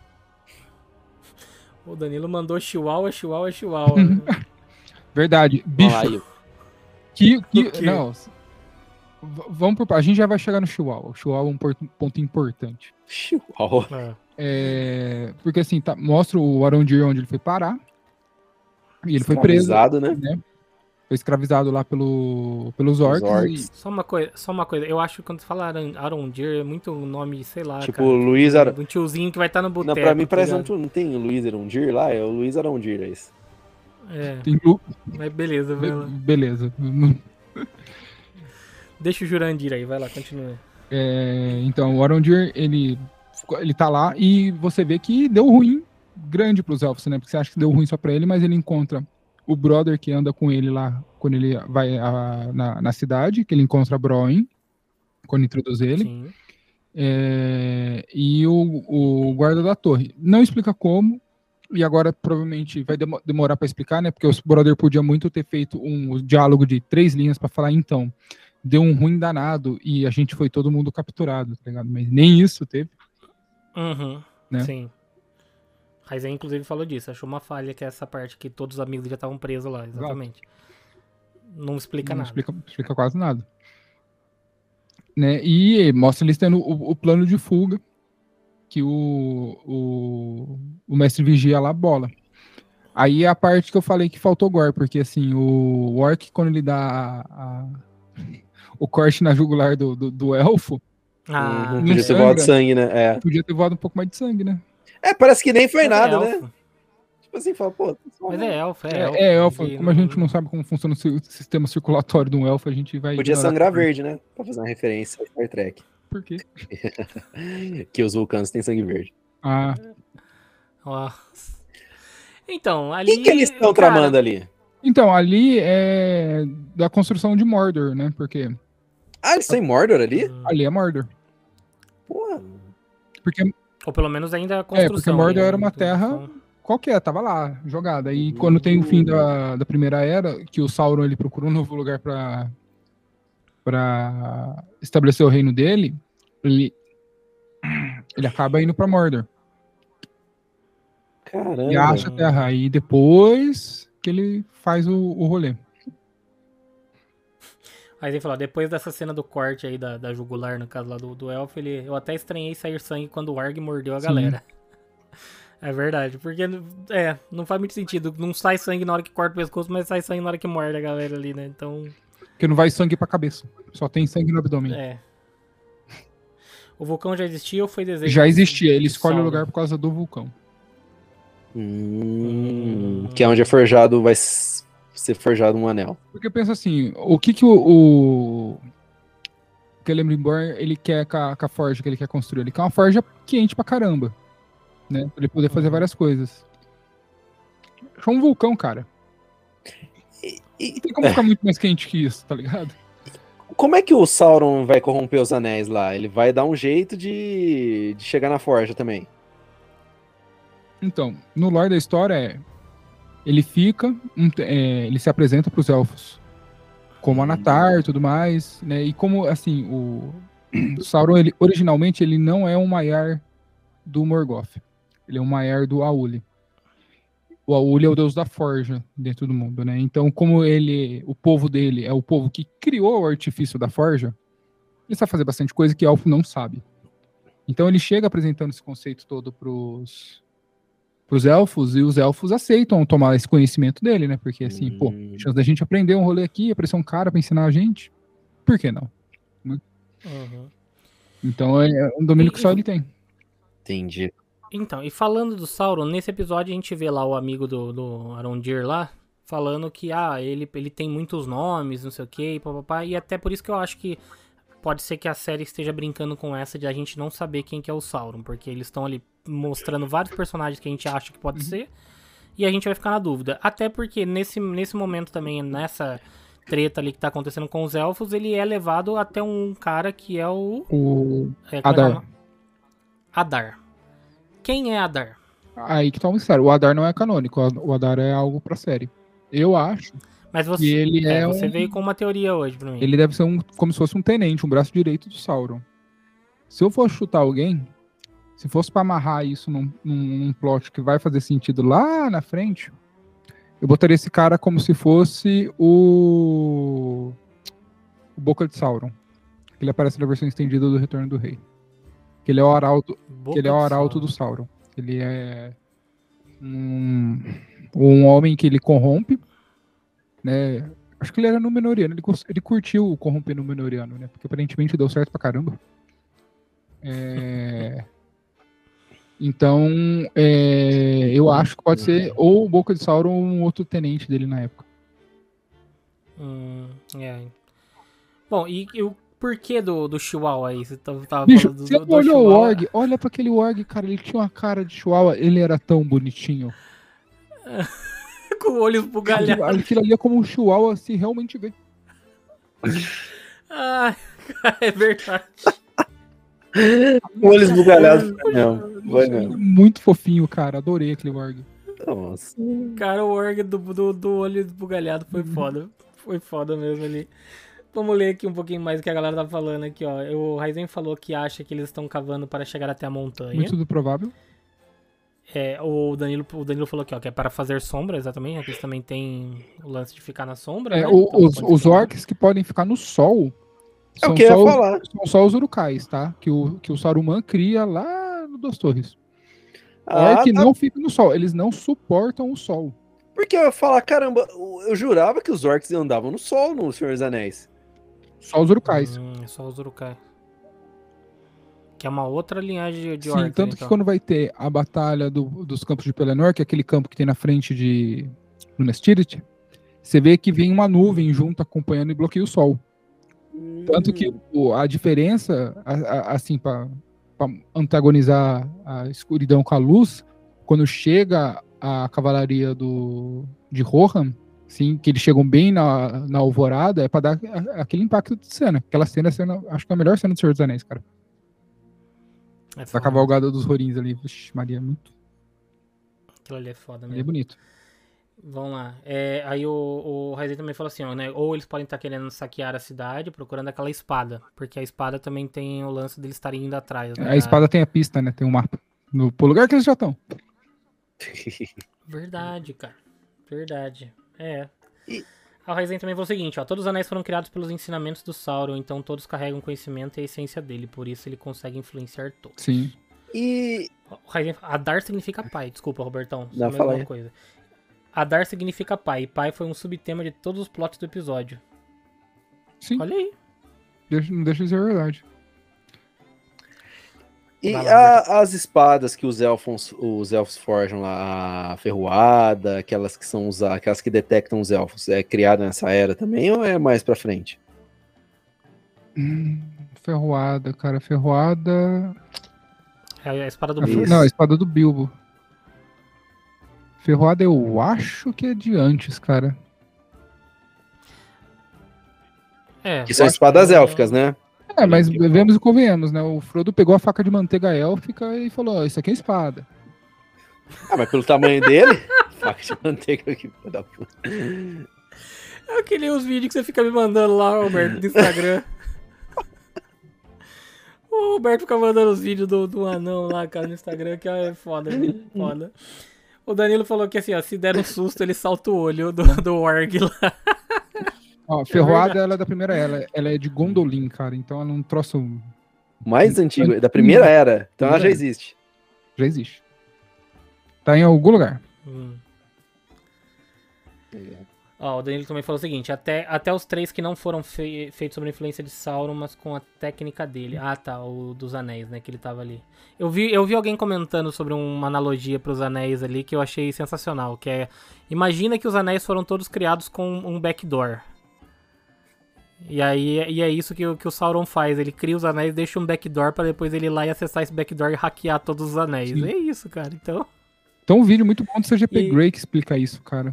O Danilo mandou chihuahua, chihuahua, chihuahua. Verdade. Vamos lá, Bicho, Ivo. que... que O quê? não, v- vamos por... A gente já vai chegar no Chihuahua. O Chihuahua é um por- ponto importante. Chihuahua. É. É, porque assim, tá, mostra o Arondir onde ele foi parar. E ele foi preso. Escravizado, né? Né? Foi escravizado lá pelo, pelos orcs. orcs. Só uma coisa, só uma coisa. Eu acho que quando você fala Aron- Arondir é muito nome, sei lá, Tipo, cara. Luiz Ar... De um tiozinho que vai estar no boteco. Não, pra mim tá parece um... ligado? Não tem o Luiz Arondir lá? É o Luiz Arondir, é isso. É, E tem Lu- mas beleza, be- vai lá. beleza. Deixa o Jurandir aí, vai lá, continua. É, então, o Arondir, ele, ficou- ele tá lá e você vê que deu ruim grande pros elfos, né? Porque você acha que deu ruim só pra ele, mas ele encontra o brother que anda com ele lá quando ele vai a- na, na cidade, que ele encontra Broin, quando introduz ele, Sim. é, e o, o guarda da torre. Não explica como, e agora provavelmente vai demo- demorar pra explicar, né? Porque o brother podia muito ter feito um diálogo de três linhas pra falar, então, deu um ruim danado e a gente foi todo mundo capturado, tá ligado? Mas nem isso teve. Uhum. Né? Sim. Raizen, inclusive, falou disso. Achou uma falha que é essa parte que todos os amigos já estavam presos lá, exatamente. Não explica não nada. explica, explica quase nada. Né? E mostra eles tendo o, o plano de fuga que o, o, o mestre vigia lá bola. Aí é a parte que eu falei que faltou gore, porque assim, o orc, quando ele dá a- a- o corte na jugular do, do, do elfo, Ah, Uhum, Não podia ter sangra. voado sangue, né? É. Podia ter voado um pouco mais de sangue, né? É, parece que nem foi mas é nada, né? elfo. Tipo assim, fala, pô. só Mas um- é elfo, é É, elfo. é elfo. Ele Como a gente não sabe como funciona o ci- sistema circulatório de um elfo, a gente vai Podia ignorar. sangrar verde, né? Pra fazer uma referência ao Star Trek. Por quê? Que os vulcanos têm sangue verde. Ah, Ó. Então, O ali. que, que eles estão cara, tramando ali? então, ali é da construção de Mordor, né? Porque Ah, eles estão em Mordor ali? ali é Mordor. Porra. Porque Ou pelo menos ainda a construção. porque Mordor ali, era uma né? terra qualquer, tava lá, jogada. E quando tem o fim da, da Primeira Era, que o Sauron ele procura um novo lugar pra, pra estabelecer o reino dele, ele, ele acaba indo pra Mordor. Caramba. E acha a terra. Aí depois que ele faz o, o rolê. Aí ele falou, depois dessa cena do corte aí da, da jugular, no caso lá do, do elfo, ele, eu até estranhei sair sangue quando o Arg mordeu a Sim. galera. É verdade, porque é, não faz muito sentido. Não sai sangue na hora que corta o pescoço, mas sai sangue na hora que morde a galera ali, né? Então, Porque não vai sangue pra cabeça. Só tem sangue no abdômen. é. O vulcão já existia ou foi desejo? Já existia. Ele de escolhe o Sauron? lugar por causa do vulcão. Hum, que é onde é forjado, vai s- ser forjado um anel. Porque pensa assim, o que que o, o, o Celebrimbor, ele quer com a, com a forja que ele quer construir? Ele quer uma forja quente pra caramba, né? Pra ele poder fazer várias coisas. É um vulcão, cara. E- e Não tem como ficar muito mais quente que isso, tá ligado? como é que o Sauron vai corromper os anéis lá? Ele vai dar um jeito de, de chegar na forja também. Então, no lore da história é... Ele fica... um te- é, ele se apresenta pros elfos. Como Anatar e tudo mais, né? E como, assim, o... o Sauron, ele, originalmente, ele não é um Maiar do Morgoth. Ele é um Maiar do Auli. O Auli é o deus da forja dentro do mundo, né? Então, como ele, o povo dele é o povo que criou o artifício da forja, ele sabe fazer bastante coisa que elfo não sabe. Então, ele chega apresentando esse conceito todo pros, pros elfos, e os elfos aceitam tomar esse conhecimento dele, né? Porque, assim, pô, Hum. chance da gente aprender um rolê aqui, aparecer um cara pra ensinar a gente, por que não? Uhum. Então, é um domínio que só ele tem. Entendi. Então, e falando do Sauron, nesse episódio a gente vê lá o amigo do, do Arondir lá, falando que, ah, ele, ele tem muitos nomes, não sei o que, e papapá, e até por isso que eu acho que pode ser que a série esteja brincando com essa de a gente não saber quem que é o Sauron, porque eles estão ali mostrando vários personagens que a gente acha que pode ser, e a gente vai ficar na dúvida. Até porque nesse, nesse momento também, nessa treta ali que tá acontecendo com os elfos, ele é levado até um cara que é o... O É, como é que é o Adar. nome? Adar. Quem é Adar? Aí que tá um mistério. O Adar não é canônico, o Adar é algo pra série. Eu acho Mas você, que ele é, é, você um... veio com uma teoria hoje pra mim. Ele deve ser um, como se fosse um tenente, um braço direito do Sauron. Se eu fosse chutar alguém, se fosse pra amarrar isso num, num, num plot que vai fazer sentido lá na frente, eu botaria esse cara como se fosse o, o Boca de Sauron. Ele aparece na versão estendida do Retorno do Rei. Que ele é o arauto, Boca que ele é o de arauto Sauron. do Sauron. Ele é um, um homem que ele corrompe, né? Acho que ele era Númenoriano. Ele, cus- ele curtiu corromper Númenoriano, né? Porque aparentemente deu certo pra caramba. É, Então, é, eu acho que pode ser ou o Boca de Sauron ou um outro tenente dele na época. Hum, é. Bom, e, e o porquê do, do Chihuahua aí? Você tava, tava Bicho, falando do, você do olhou o Chihuahua. Org? Olha pra aquele Org, cara. Ele tinha uma cara de Chihuahua. Ele era tão bonitinho. Com o olho esbugalhado. Aquilo, aquilo ali é como um Chihuahua se realmente vê. Ah, é verdade. O olho esbugalhado. Não, vai não. Muito fofinho, cara. Adorei aquele Org. Nossa. Cara, o org do, do, do olho esbugalhado foi foda. Foi foda mesmo ali. Vamos ler aqui um pouquinho mais o que a galera tá falando aqui, ó. O Raizen falou que acha que eles estão cavando para chegar até a montanha. Muito do provável. É, o Danilo, o Danilo falou aqui, ó, que é para fazer sombra, exatamente. Aqui eles também tem o lance de ficar na sombra, É, né? o- Então os, pode os ser. orcs que podem ficar no sol É o são, que eu só ia os, falar. são só os urukais, tá? Que o, que o Saruman cria lá no Duas Torres. Ah, Orc tá. não fica no sol, eles não suportam o sol. Porque eu ia falar, caramba, eu jurava que os orcs andavam no sol no Senhor dos Anéis. Só os urukais. Hum, é só os Urukai. Que é uma outra linhagem de, de Sim, orcs. tanto então. que quando vai ter a batalha do- dos campos de Pelennor, que é aquele campo que tem na frente de Minas Tirith, você vê que vem uma nuvem junto acompanhando e bloqueia o sol. Tanto que o- a diferença, a- a- assim, para antagonizar a escuridão com a luz, quando chega a cavalaria do, de Rohan, sim, que eles chegam bem na, na alvorada, é para dar a- aquele impacto de cena. Aquela cena, é cena, acho que é a melhor cena do Senhor dos Anéis, cara. É Da foda. cavalgada dos Rorins ali. Vixe, Maria, muito. Aquilo ali é foda Ali é mesmo. bonito. Vamos lá. É, aí o, o Raizen também falou assim, ó, né? Ou eles podem estar querendo saquear a cidade, procurando aquela espada. Porque a espada também tem o lance deles estarem indo atrás, né? A espada tem a pista, né? Tem um mapa. No pro lugar que eles já estão. Verdade, cara. Verdade. É. E- A Raizen também falou o seguinte, ó. Todos os anéis foram criados pelos ensinamentos do Sauron, então todos carregam conhecimento e a essência dele. Por isso ele consegue influenciar todos. Sim. E O Raizen, Adar significa pai. Desculpa, Robertão. Só Não, mais fala uma aí. coisa. Adar significa pai. E pai foi um subtema de todos os plots do episódio. Sim. Olha aí. Deixa- não deixa de ser verdade. E Vai lá, a- as espadas que os elfos, os elfos forjam lá, a ferroada, aquelas que são usa- aquelas que detectam os elfos, é criada nessa era também ou é mais pra frente? Hum, ferroada, cara. Ferroada. É a espada do A fe- Isso. Bilbo. Não, a espada do Bilbo. Ferroada eu acho que é de antes, cara. É. Que são eu acho espadas que- élficas, né? É, mas Que- vemos e convenhamos, né? O Frodo pegou a faca de manteiga élfica e falou: ó, isso aqui é espada. Ah, mas pelo tamanho dele, faca de manteiga que filho da puta. Eu queria os vídeos que você fica me mandando lá, Roberto, no Instagram. O Roberto fica mandando os vídeos do, do anão lá, cara, no Instagram, que é foda, né? Foda. O Danilo falou que assim, ó, se der um susto, ele salta o olho do, do Org lá. Ó, ferroada, ela é da primeira era. Ela é de Gondolin, cara. Então ela é um troço. Mais antigo, da primeira era. Então ela já Primeira era. existe. Já existe. Tá em algum lugar. Hum. Ó, o Danilo também falou o seguinte, até, até os três que não foram fei- feitos sob a influência de Sauron, mas com a técnica dele. Ah, tá, o dos anéis, né, que ele tava ali. Eu vi, eu vi alguém comentando sobre uma analogia pros anéis ali que eu achei sensacional, que é, imagina que os anéis foram todos criados com um backdoor. E aí e é isso que, o- que o Sauron faz, ele cria os anéis, deixa um backdoor pra depois ele ir lá e acessar esse backdoor e hackear todos os anéis. Sim. É isso, cara, então... Tem um vídeo muito bom do C G P E- Grey que explica isso, cara.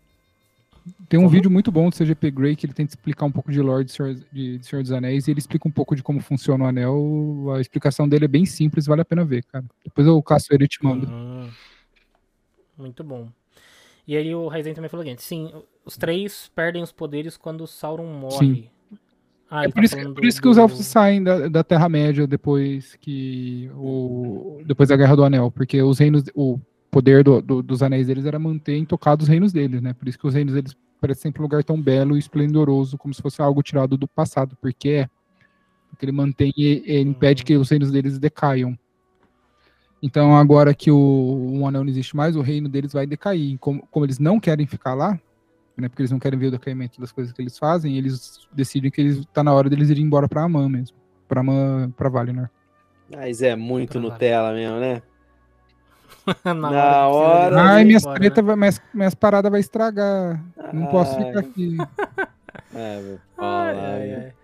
Tem um Como? vídeo muito bom do C G P Grey que ele tenta explicar um pouco de lore de Senhor, de de Senhor dos Anéis e ele explica um pouco de como funciona o anel. A explicação dele é bem simples, vale a pena ver, cara. Depois eu caço ele e te mando. Hum. Muito bom. E aí o Raizen também falou o seguinte, sim, os três perdem os poderes quando o Sauron morre. Ah, É ele por tá isso, que- falando por do- isso que os do- elfos saem da, da Terra-média depois que o depois da Guerra do Anel, porque os reinos, o poder do- do- dos anéis deles era manter intocados os reinos deles, né? Por isso que os reinos deles parecem sempre um lugar tão belo e esplendoroso, como se fosse algo tirado do passado, porque é. Porque ele mantém e, e impede que os reinos deles decaiam. Então, agora que o um anel não existe mais, o reino deles vai decair. Como, como eles não querem ficar lá, né, porque eles não querem ver o decaimento das coisas que eles fazem, eles decidem que eles, tá na hora deles irem embora pra Amã mesmo. Pra Amã, pra Valinor. Mas é muito Pra lá. Nutella mesmo, né? Na, Na hora, que precisa hora- de- Ai, de minhas, fora, treta né? vai- minhas, minhas paradas vai estragar. Não posso Ai. ficar aqui. É, vou Ai, falar, ai, viu? ai.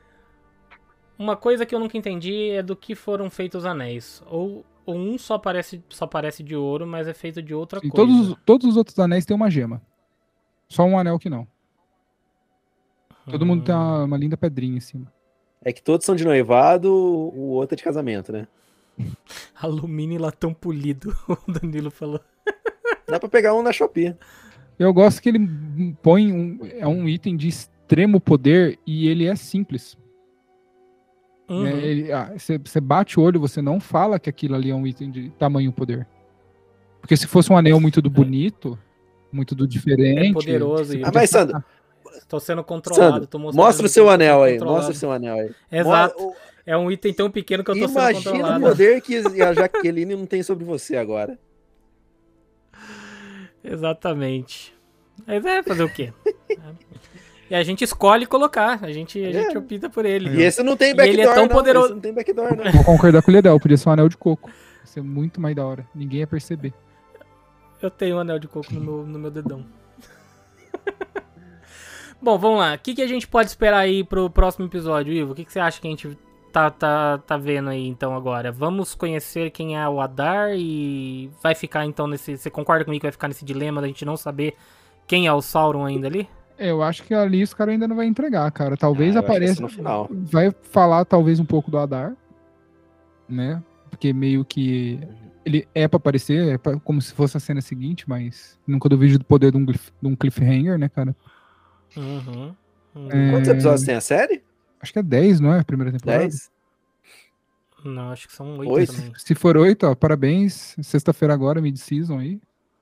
Uma coisa que eu nunca entendi é do que foram feitos os anéis. Ou, ou um só parece, só parece de ouro, mas é feito de outra Sim, coisa. todos, todos os outros anéis têm uma gema. Só um anel que não. Todo mundo tem Hum. uma, uma linda pedrinha em cima. É que todos são de noivado, o outro é de casamento, né? Alumínio e latão polido, o Danilo falou. Dá pra pegar um na Shopee. Eu gosto que ele põe um, é um item de extremo poder e ele é simples. Uhum. Você bate o olho, você não fala que aquilo ali é um item de tamanho poder. Porque se fosse um anel muito do bonito, muito do diferente... É poderoso você e- Ah, podia mas, falar, Sandro, Tô sendo controlado. Sandro, tô mostrando mostra o que seu eu tô anel sendo aí. controlado. Mostra o seu anel aí. Exato. Mo- É um item tão pequeno que eu tô sendo Imagina o controlado. poder que a Jaqueline não tem sobre você agora. Exatamente. Mas é fazer o quê? E a gente escolhe colocar, a gente, a É. gente opta por ele. E esse não tem E backdoor, ele é tão não. poderoso- Esse não tem backdoor, não. Vou concordar com o Ledel, podia ser um anel de coco. Ia ser muito mais da hora. Ninguém ia perceber. Eu tenho um anel de coco no meu, no meu dedão. Bom, vamos lá. O que, que a gente pode esperar aí pro próximo episódio, Ivo? O que, que você acha que a gente tá, tá, tá vendo aí, então, agora? Vamos conhecer quem é o Adar e vai ficar, então, nesse... Você concorda comigo que vai ficar nesse dilema da gente não saber quem é o Sauron ainda ali? É, eu acho que ali os caras ainda não vai entregar, cara. Talvez Ah, eu acho que vai apareça. ser no final. Vai falar, talvez, um pouco do Adar. Né? Porque meio que. Ele é pra aparecer, é pra- como se fosse a cena seguinte, mas nunca duvido do poder de um, cliff- de um cliffhanger, né, cara? Uhum. Uhum. É, Quantos episódios tem a série? Acho que é dez, não é? A primeira temporada? Dez? Não, acho que são oito Oito? também. Se for oito, ó, parabéns. Sexta-feira agora, mid-season aí.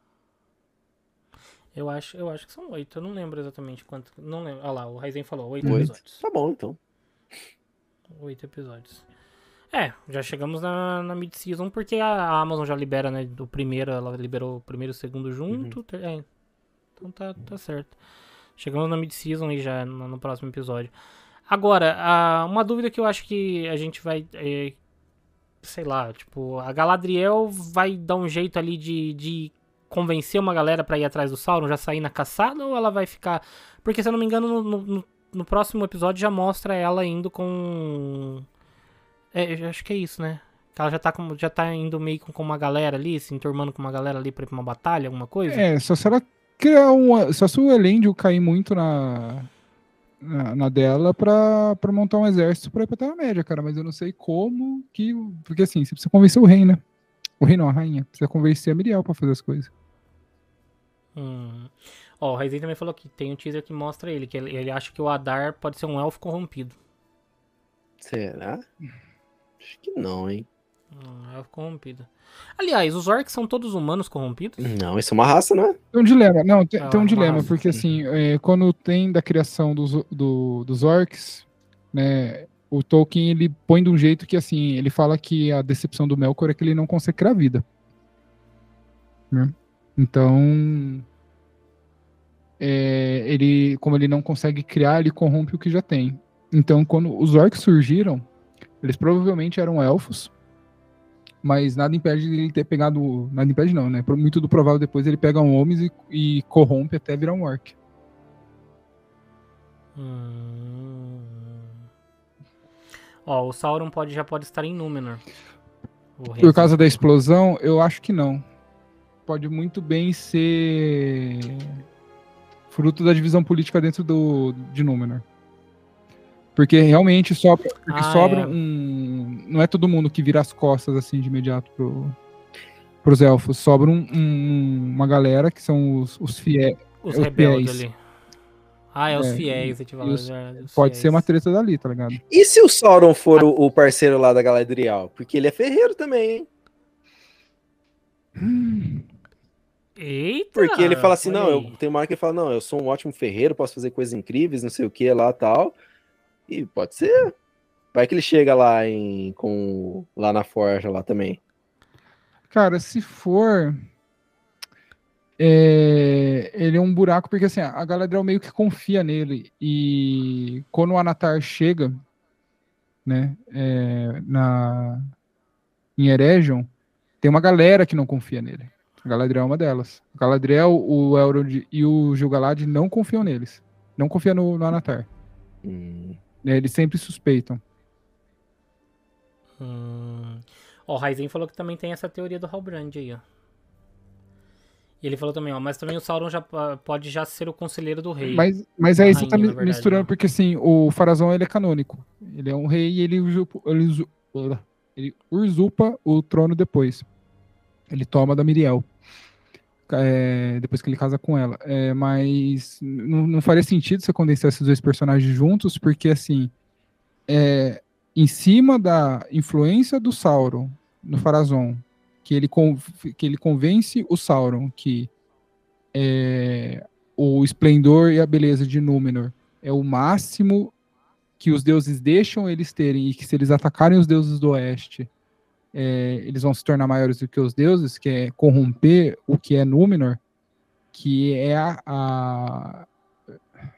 Eu acho, eu acho que são oito. Eu não lembro exatamente quanto. Não lembro. Olha lá, o Raizen falou, oito Oito. episódios. Tá bom, então. Oito episódios. É, já chegamos na, na mid-season porque a, a Amazon já libera, né? O primeiro, ela liberou o primeiro e o segundo junto. ter- é, então tá, tá certo. Chegamos na mid-season e já no, no próximo episódio. Agora, a- uma dúvida que eu acho que a gente vai. é, sei lá, tipo, a Galadriel vai dar um jeito ali de, de convencer uma galera pra ir atrás do Sauron, já sair na caçada, ou ela vai ficar. Porque se eu não me engano, no, no- no- no próximo episódio já mostra ela indo com. É, eu acho que é isso, né? Que ela já tá, com, já tá indo meio com, com uma galera ali, se enturmando com uma galera ali pra ir pra uma batalha, alguma coisa. É, só se ela criar um. Só se o Elendil cair muito na. Na, na dela pra, pra montar um exército pra ir pra Terra-média, cara. Mas eu não sei como que. Porque assim, você precisa convencer o rei, né? O rei não, a rainha. Precisa convencer a Miriel pra fazer as coisas. Hum. Ó, o Raizen também falou que tem um teaser que mostra ele, que ele, ele acha que o Adar pode ser um elfo corrompido. Será? Acho que não, hein? Um elfo corrompido. Aliás, os orcs são todos humanos corrompidos? Não, isso é uma raça, não é? Tem um dilema, não, tem, Ah, tem um uma dilema, raça. porque assim, é, quando tem da criação dos, do- dos orcs, né, o Tolkien, ele põe de um jeito que, assim, ele fala que a decepção do Melkor é que ele não consegue criar vida. Né? Então, é, ele, como ele não consegue criar, ele corrompe o que já tem. Então, quando os orcs surgiram, eles provavelmente eram elfos, mas nada impede de ele ter pegado. Nada impede, não, né? Por muito do provável depois ele pega um homens e, e corrompe até virar um orc. Hum. Ó, o Sauron pode, já pode estar em Númenor. O rei. Por causa da explosão, eu acho que não. Pode muito bem ser fruto da divisão política dentro do, de Númenor. Porque realmente sobra, porque Ah, sobra é. um. Não é todo mundo que vira as costas assim de imediato pro, pros elfos. Sobra um- um- uma galera que são os, os fiéis. Os é os rebeldes fiéis. ali. Ah, é, os É, fiéis, a gente fala, os- é, os Pode fiéis. ser uma treta dali, tá ligado? E se o Sauron for o, o parceiro lá da Galadriel? Porque ele é ferreiro também, hein? Eita! Porque ele fala assim, olha não, aí. eu, tem uma hora que ele fala, não, eu sou um ótimo ferreiro, posso fazer coisas incríveis, não sei o que lá e tal. E pode ser. Vai que ele chega lá em com lá na forja lá também. Cara, se for. é, ele é um buraco, porque assim, a Galadriel meio que confia nele. E quando o Anatar chega, né, é, na, em Eregion, tem uma galera que não confia nele. A Galadriel é uma delas. A Galadriel, o Elrond e o Gil-galad não confiam neles. Não confiam no, no Anatar. Hum, Né, eles sempre suspeitam. Hum. Ó, o Raizen falou que também tem essa teoria do Halbrand aí, ó. E ele falou também, ó, mas também o Sauron já ah, pode já ser o conselheiro do rei. Mas, mas aí A você tá rainha, mi- na verdade, misturando, né? porque assim, o Farazon ele é canônico. Ele é um rei e ele, usurpa, ele, usu- ele usurpa o trono depois. Ele toma da Miriel. É, depois que ele casa com ela. É, mas não, não faria sentido você condensar esses dois personagens juntos, porque assim, é, em cima da influência do Sauron no Farazon, que ele, con- que ele convence o Sauron que é, o esplendor e a beleza de Númenor é o máximo que os deuses deixam eles terem, e que se eles atacarem os deuses do oeste, é, eles vão se tornar maiores do que os deuses, que é corromper o que é Númenor, que é a, a- que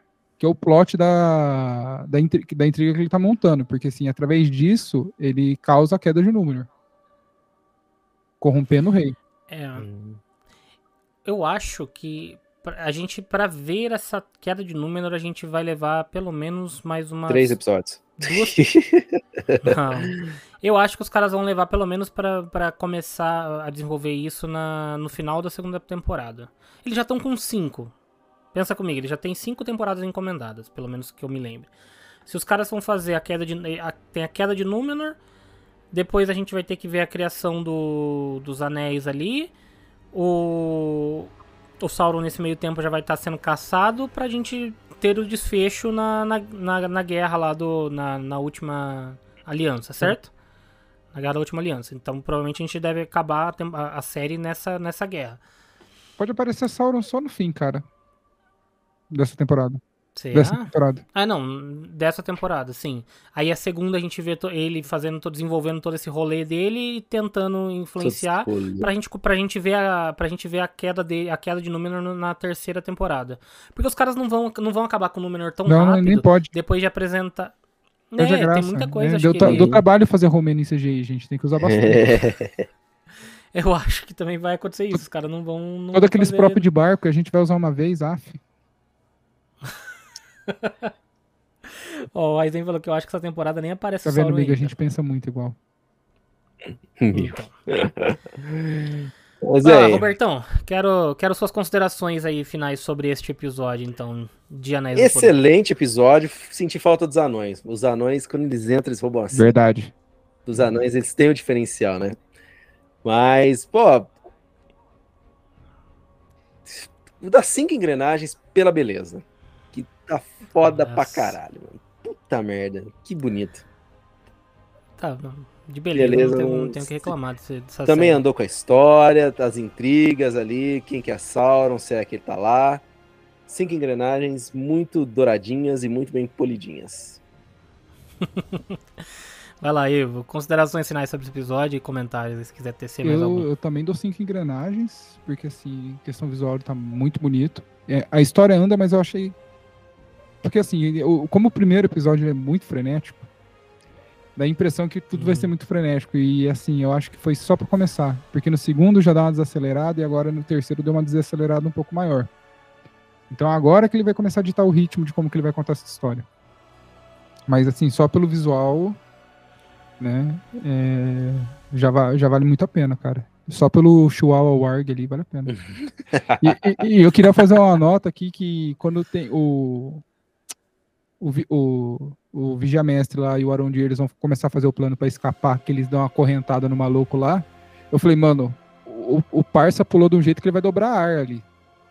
que é o plot da, da, intri- da intriga que ele tá montando, porque assim, através disso, ele causa a queda de Númenor, corrompendo o rei. É, Hum. eu acho que pra- a gente, pra ver essa queda de Númenor, a gente vai levar pelo menos mais umas Três episódios. duas. Não. Eu acho que os caras vão levar pelo menos pra, pra começar a desenvolver isso na, no final da segunda temporada. Eles já estão com cinco. Pensa comigo, eles já têm cinco temporadas encomendadas, pelo menos que eu me lembre. Se os caras vão fazer a queda de. A, tem a queda de Númenor, depois a gente vai ter que ver a criação do, dos anéis ali. O, o Sauron nesse meio tempo já vai estar sendo caçado pra gente ter o desfecho na, na, na, na guerra lá do. Na, na última aliança, certo? Na guerra da última aliança. Então provavelmente a gente deve acabar a, tem- a- a série nessa, nessa guerra. Pode aparecer Sauron só no fim, cara. Dessa temporada. Será? Dessa temporada. Ah, não, dessa temporada, sim. Aí a segunda a gente vê to- ele fazendo, to- desenvolvendo todo esse rolê dele e tentando influenciar pra gente, pra gente ver a, pra gente ver a queda de, a queda de Númenor no- na terceira temporada. Porque os caras não vão, não vão acabar com o Númenor tão Não, rápido. nem pode. Depois de apresentar. Perde a É, graça. tem muita coisa, né? acho Deu, que tra- ele- deu trabalho fazer Romênia em C G I, gente. Tem que usar bastante. É. Eu acho que também vai acontecer isso. Os caras não vão. Não Todos vão aqueles fazer- próprios de barco que a gente vai usar uma vez, af. Ó, o Aizen falou que eu acho que essa temporada nem aparece Tá o vendo, Sauron amigo? A ainda. gente pensa muito igual. Então. Mas Ah, é, Robertão, quero, quero suas considerações aí finais sobre este episódio, então, de Anéis do Poder. excelente episódio. Senti falta dos anões. Os anões, quando eles entram, eles roubam assim. Verdade. Os anões, eles têm o diferencial, né? Mas, pô. O das cinco engrenagens pela beleza. Que tá foda pra Nossa. caralho, mano. Puta merda. Que bonito. Tá, de beleza, Beleza, não, tenho, não- não tenho o que reclamar desse, dessa Também série. andou com a história, as intrigas ali, quem que é Sauron, será que ele tá lá? Cinco engrenagens muito douradinhas e muito bem polidinhas. Vai lá, Ivo, considerações finais sobre esse episódio e comentários, se quiser tecer mais Eu, algum. eu também dou cinco engrenagens, porque assim, questão visual tá muito bonito. É, a história anda, mas eu achei. Porque assim, ele- o- como o primeiro episódio é muito frenético, dá a impressão que tudo vai Uhum. ser muito frenético. E assim, eu acho que foi só pra começar. Porque no segundo já dá uma desacelerada e agora no terceiro deu uma desacelerada um pouco maior. Então agora que ele vai começar a ditar o ritmo de como que ele vai contar essa história. Mas assim, só pelo visual, né, é, já, va- já vale muito a pena, cara. Só pelo Chihuahua Warg ali vale a pena. e, e- e eu queria fazer uma nota aqui que quando tem o o, vi- o, o Vigia-Mestre lá e o Arondir, eles vão começar a fazer o plano pra escapar, que eles dão uma correntada no maluco lá. Eu falei, mano, o, o parça pulou de um jeito que ele vai dobrar a ar ali.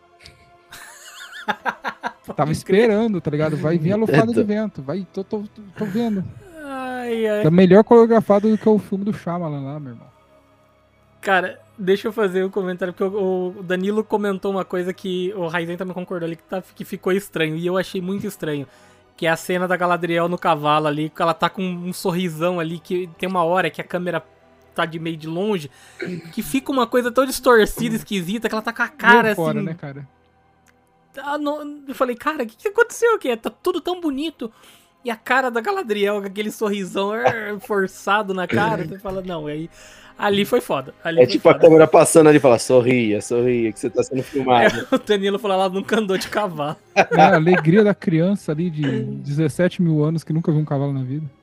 Tava esperando, tá ligado? Vai vir a lufada de vento. Vai, tô, tô, tô, tô vendo. Ai, ai. Tá melhor coreografado do que o filme do Shyamalan lá, meu irmão. Cara, deixa eu fazer um comentário, porque o, o Danilo comentou uma coisa que o Raizen também concordou ali, que, tá, que ficou estranho, e eu achei muito estranho. Que é a cena da Galadriel no cavalo ali, que ela tá com um sorrisão ali, que tem uma hora que a câmera tá de meio de longe, que fica uma coisa tão distorcida, esquisita, que ela tá com a cara Meio assim... fora, né, cara? Ah, não- eu falei, cara, o que, que aconteceu aqui? Tá tudo tão bonito. E a cara da Galadriel com aquele sorrisão er, forçado na cara. Você fala, não, aí ali foi foda. Ali É foi tipo a foda. câmera passando ali e fala, sorria, sorria, que você tá sendo filmado. Aí o Danilo falou, ela nunca andou de cavalo. É a alegria da criança ali de dezessete mil anos que nunca viu um cavalo na vida.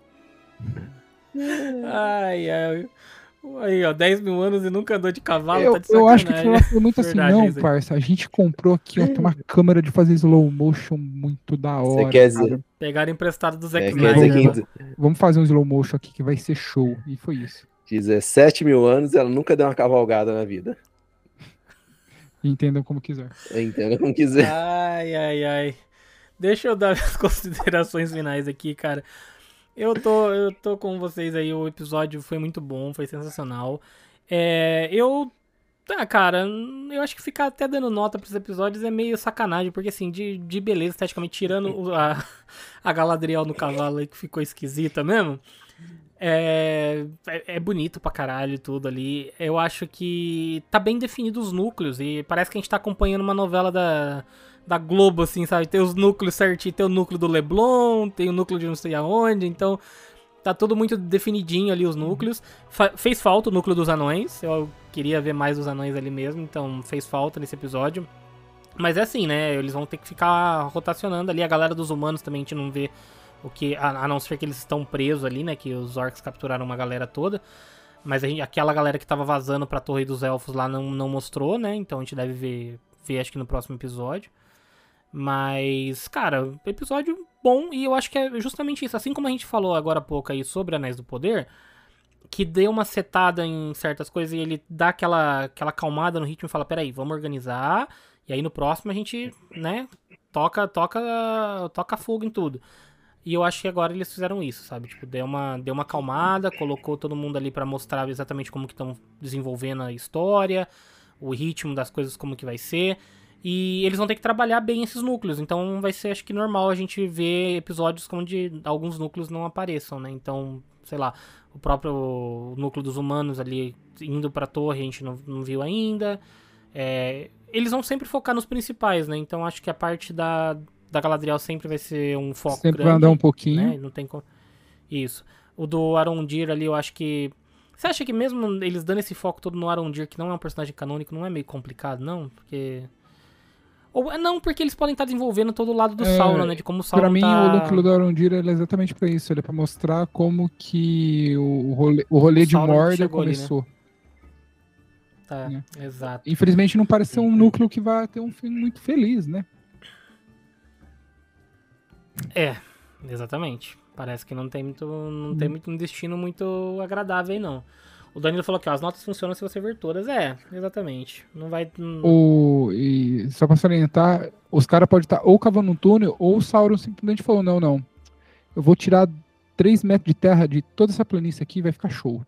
Ai, ai. Aí, ó, dez mil anos e nunca andou de cavalo, Eu, tá de eu acho que sacanagem. foi muito assim, Verdade, não, isso aí. parça. A gente comprou aqui, ó, tem uma câmera de fazer slow motion muito da hora. Você quer dizer, cara. Pegaram emprestado do Zack é, quer Snyder. dizer né? que em Vamos fazer um slow motion aqui que vai ser show. E foi isso. dezessete mil anos ela nunca deu uma cavalgada na vida. Entendam como quiser. Entenda como quiser. Ai, ai, ai. Deixa eu dar as considerações finais aqui, cara. Eu tô, eu tô com vocês aí, o episódio foi muito bom, foi sensacional. É, eu... Tá, cara, eu acho que ficar até dando nota pros episódios é meio sacanagem, porque assim, de, de beleza, esteticamente, tirando o- a, a Galadriel no cavalo aí, que ficou esquisita mesmo, É, é, é bonito pra caralho tudo ali. Eu acho que tá bem definido os núcleos e parece que a gente tá acompanhando uma novela da, da Globo, assim, sabe? Tem os núcleos certinho, tem o núcleo do Leblon, tem o núcleo de não sei aonde, então tá tudo muito definidinho ali os núcleos. Fa- fez falta o núcleo dos anões, eu queria ver mais os anões ali mesmo, então fez falta nesse episódio. Mas é assim, né? Eles vão ter que ficar rotacionando ali. A galera dos humanos também a gente não vê o que. A, a não ser que eles estão presos ali, né? Que os orcs capturaram uma galera toda. Mas a gente, aquela galera que tava vazando pra Torre dos Elfos lá não, não mostrou, né? Então a gente deve ver, ver, acho que no próximo episódio. Mas, cara, episódio bom. E eu acho que é justamente isso. Assim como a gente falou agora há pouco aí sobre Anéis do Poder, que deu uma setada em certas coisas e ele dá aquela, aquela acalmada no ritmo e fala: peraí, vamos organizar. E aí no próximo a gente, né, toca, toca, toca fogo em tudo. E eu acho que agora eles fizeram isso, sabe? Tipo, deu uma, deu uma acalmada, colocou todo mundo ali pra mostrar exatamente como que estão desenvolvendo a história, o ritmo das coisas, como que vai ser. E eles vão ter que trabalhar bem esses núcleos. Então vai ser, acho que, normal a gente ver episódios onde alguns núcleos não apareçam, né? Então, sei lá, o próprio núcleo dos humanos ali indo pra torre a gente não, não viu ainda. É, eles vão sempre focar nos principais, né? Então acho que a parte da, da Galadriel sempre vai ser um foco Sempre grande. vai andar um pouquinho. Né? Não tem como... Isso. O do Arondir ali, eu acho que... Você acha que mesmo eles dando esse foco todo no Arondir, que não é um personagem canônico, não é meio complicado, não? Porque... Ou não, porque eles podem estar desenvolvendo todo o lado do É, Sauron, né? De como o Sauron Pra mim, tá... o núcleo do Arondir ele é exatamente pra isso. Ele é pra mostrar como que o rolê, o rolê O de Sauron Mordor chegou ali, né? começou. Tá, né? exato. Infelizmente não parece ser um núcleo que vai ter um fim muito feliz, né? É, exatamente. Parece que não tem muito, não tem muito um destino muito agradável aí, não. O Danilo falou que ó, as notas funcionam se você ver todas. É, exatamente. Não vai... não- O, e só pra salientar, os caras podem estar ou cavando um túnel, ou o Sauron simplesmente falou: não, não. Eu vou tirar três metros de terra de toda essa planície aqui e vai ficar show.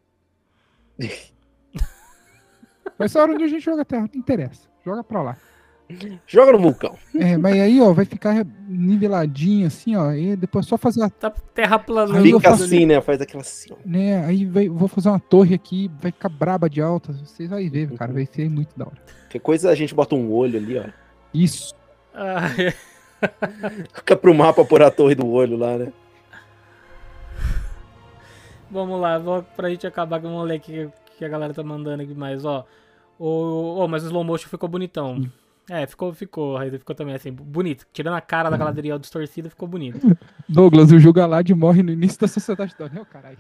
Vai ser a hora onde a gente joga terra, não interessa. Joga pra lá. Joga no vulcão. É, mas aí, ó, vai ficar niveladinho assim, ó. E depois é só fazer a. Tá terraplanando. Aí eu Fica faço assim, né? Faz aquela assim, ó. Né, aí vai, vou fazer uma torre aqui, vai ficar braba de alta. Vocês vão ver, cara. Vai ser muito da hora. Qualquer coisa a gente bota um olho ali, ó. Isso. Ah, é. Fica pro mapa pôr a torre do olho lá, né? Vamos lá, vou, pra gente acabar com vamos ler aqui que a galera tá mandando aqui mais, ó. O, oh, mas o slow motion ficou bonitão. Hum. É, ficou, ficou, Raiza, ficou também assim, bonito. Tirando a cara da Galadriel distorcida, ficou bonito. Douglas, o Gil-galad morre no início da Sociedade do Anel, caralho.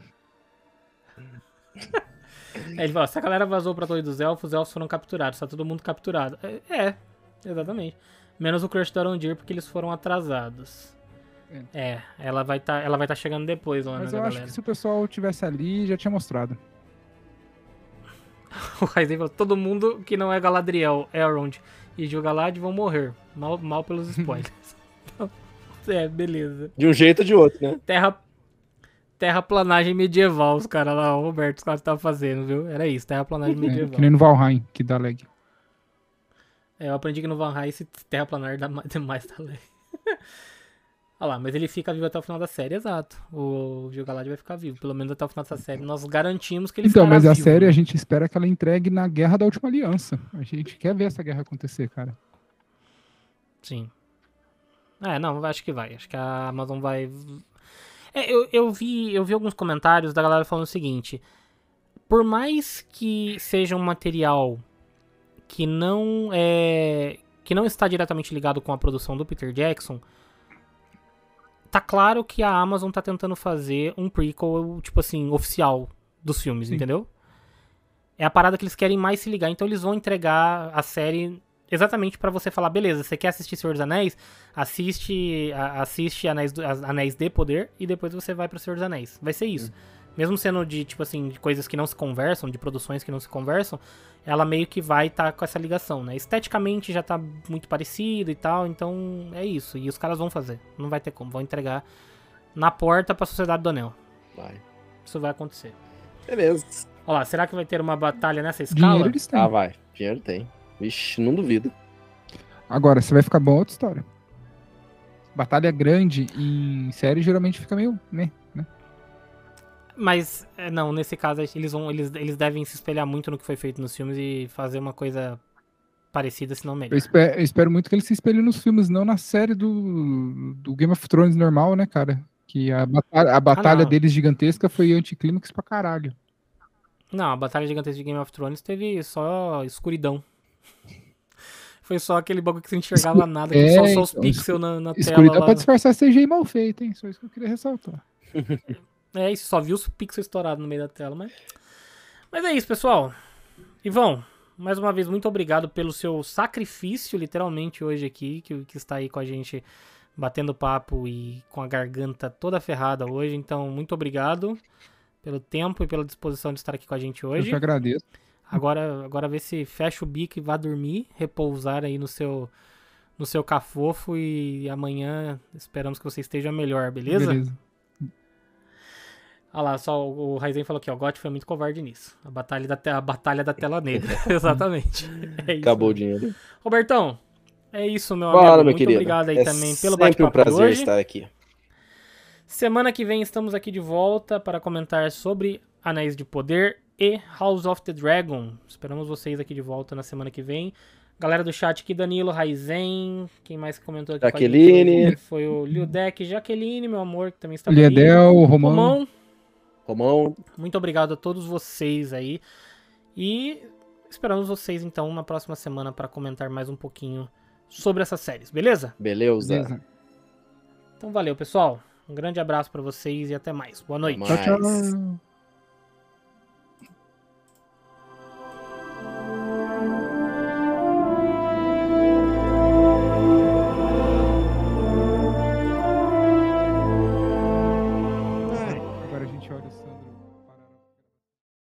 É, ele falou, se a galera vazou pra Torre dos Elfos, os elfos foram capturados, tá todo mundo capturado. É, é, exatamente. Menos o Crush do Arondir, porque eles foram atrasados. É, é ela vai tá, ela vai tá chegando depois lá, Mas né, eu da acho galera. que se o pessoal tivesse ali, já tinha mostrado. O Raizen falou, todo mundo que não é Galadriel, Elrond e Gil-galad vão morrer. Mal, mal pelos spoilers. Então, é, beleza. De um jeito ou de outro, né? Terra, terraplanagem medieval, os caras lá, o Roberto, os caras estavam fazendo, viu? Era isso, terraplanagem É, medieval. que nem no Valheim, que dá lag. É, eu aprendi que no Van High se terraplanar dá mais, mais da lei. Olha lá, mas ele fica vivo até o final da série, exato. O Gil-galad vai ficar vivo, pelo menos até o final dessa série. Nós garantimos que ele Então, ficará mas a vivo, série né? a gente espera que ela entregue na Guerra da Última Aliança. A gente quer ver essa guerra acontecer, cara. Sim. É, não, acho que vai. Acho que a Amazon vai... É, eu, eu, vi, eu vi alguns comentários da galera falando o seguinte. Por mais que seja um material que não é... que não está diretamente ligado com a produção do Peter Jackson, tá claro que a Amazon tá tentando fazer um prequel, tipo assim, oficial dos filmes, Sim. entendeu? É a parada que eles querem mais se ligar. Então eles vão entregar a série exatamente pra você falar, beleza, você quer assistir Senhor dos Anéis? Assiste, a- assiste Anéis, do- as- Anéis de Poder e depois você vai pro Senhor dos Anéis. Vai ser isso. Mesmo sendo de, tipo assim, de coisas que não se conversam, de produções que não se conversam, ela meio que vai estar com essa ligação, né? Esteticamente já tá muito parecido e tal, então é isso. E os caras vão fazer. Não vai ter como. Vão entregar na porta pra Sociedade do Anel. Vai. Isso vai acontecer. Beleza. Olha lá, será que vai ter uma batalha nessa escala? Dinheiro eles têm. Ah, vai. Dinheiro tem. Vixe, não duvido. Agora, se vai ficar bom, é outra história. Batalha grande em série geralmente fica meio, né? né? Mas, é, não, nesse caso, eles, vão, eles, eles devem se espelhar muito no que foi feito nos filmes e fazer uma coisa parecida, se não melhor. Eu espero, eu espero muito que ele se espelhe nos filmes, não na série do, do Game of Thrones normal, né, cara? Que a batalha, a batalha não. deles gigantesca foi anticlímax pra caralho. Não, a Batalha Gigantesca de Game of Thrones teve só escuridão. Foi só aquele bagulho que você não enxergava nada, que É, só, só os então, pixels na, na tela Escuridão lá. pra disfarçar C G I mal feito, hein? Só isso que eu queria ressaltar. É isso, só viu os pixels estourados no meio da tela, mas... Mas é isso, pessoal. Ivão, mais uma vez, muito obrigado pelo seu sacrifício, literalmente, hoje aqui, que, que está aí com a gente batendo papo e com a garganta toda ferrada hoje. Então, muito obrigado pelo tempo e pela disposição de estar aqui com a gente Eu hoje. te agradeço. Agora, agora vê se fecha o bico e vá dormir, repousar aí no seu, no seu cafofo e amanhã esperamos que você esteja melhor, beleza? Beleza. Ah lá, só o Raizen falou aqui, ó, o Gotti foi muito covarde nisso. A batalha da, te- a batalha da tela negra, exatamente. É isso. Acabou o dinheiro. Robertão, é isso, meu Fala, amigo. meu muito querido. obrigado aí É também pelo sempre um bate-papo de prazer hoje. estar aqui. Semana que vem estamos aqui de volta para comentar sobre Anéis de Poder e House of the Dragon. Esperamos vocês aqui de volta na semana que vem. Galera do chat aqui, Danilo, Raizen, quem mais que comentou aqui Jaqueline. com a gente hoje foi o Liudec, Jaqueline, meu amor, que também está aí. Liedel, Romão. Romão, Romão, muito obrigado a todos vocês aí. E esperamos vocês então na próxima semana para comentar mais um pouquinho sobre essas séries, beleza? beleza. Beleza. Então valeu, pessoal. Um grande abraço para vocês e até mais. Boa noite. Mais. Tchau, tchau.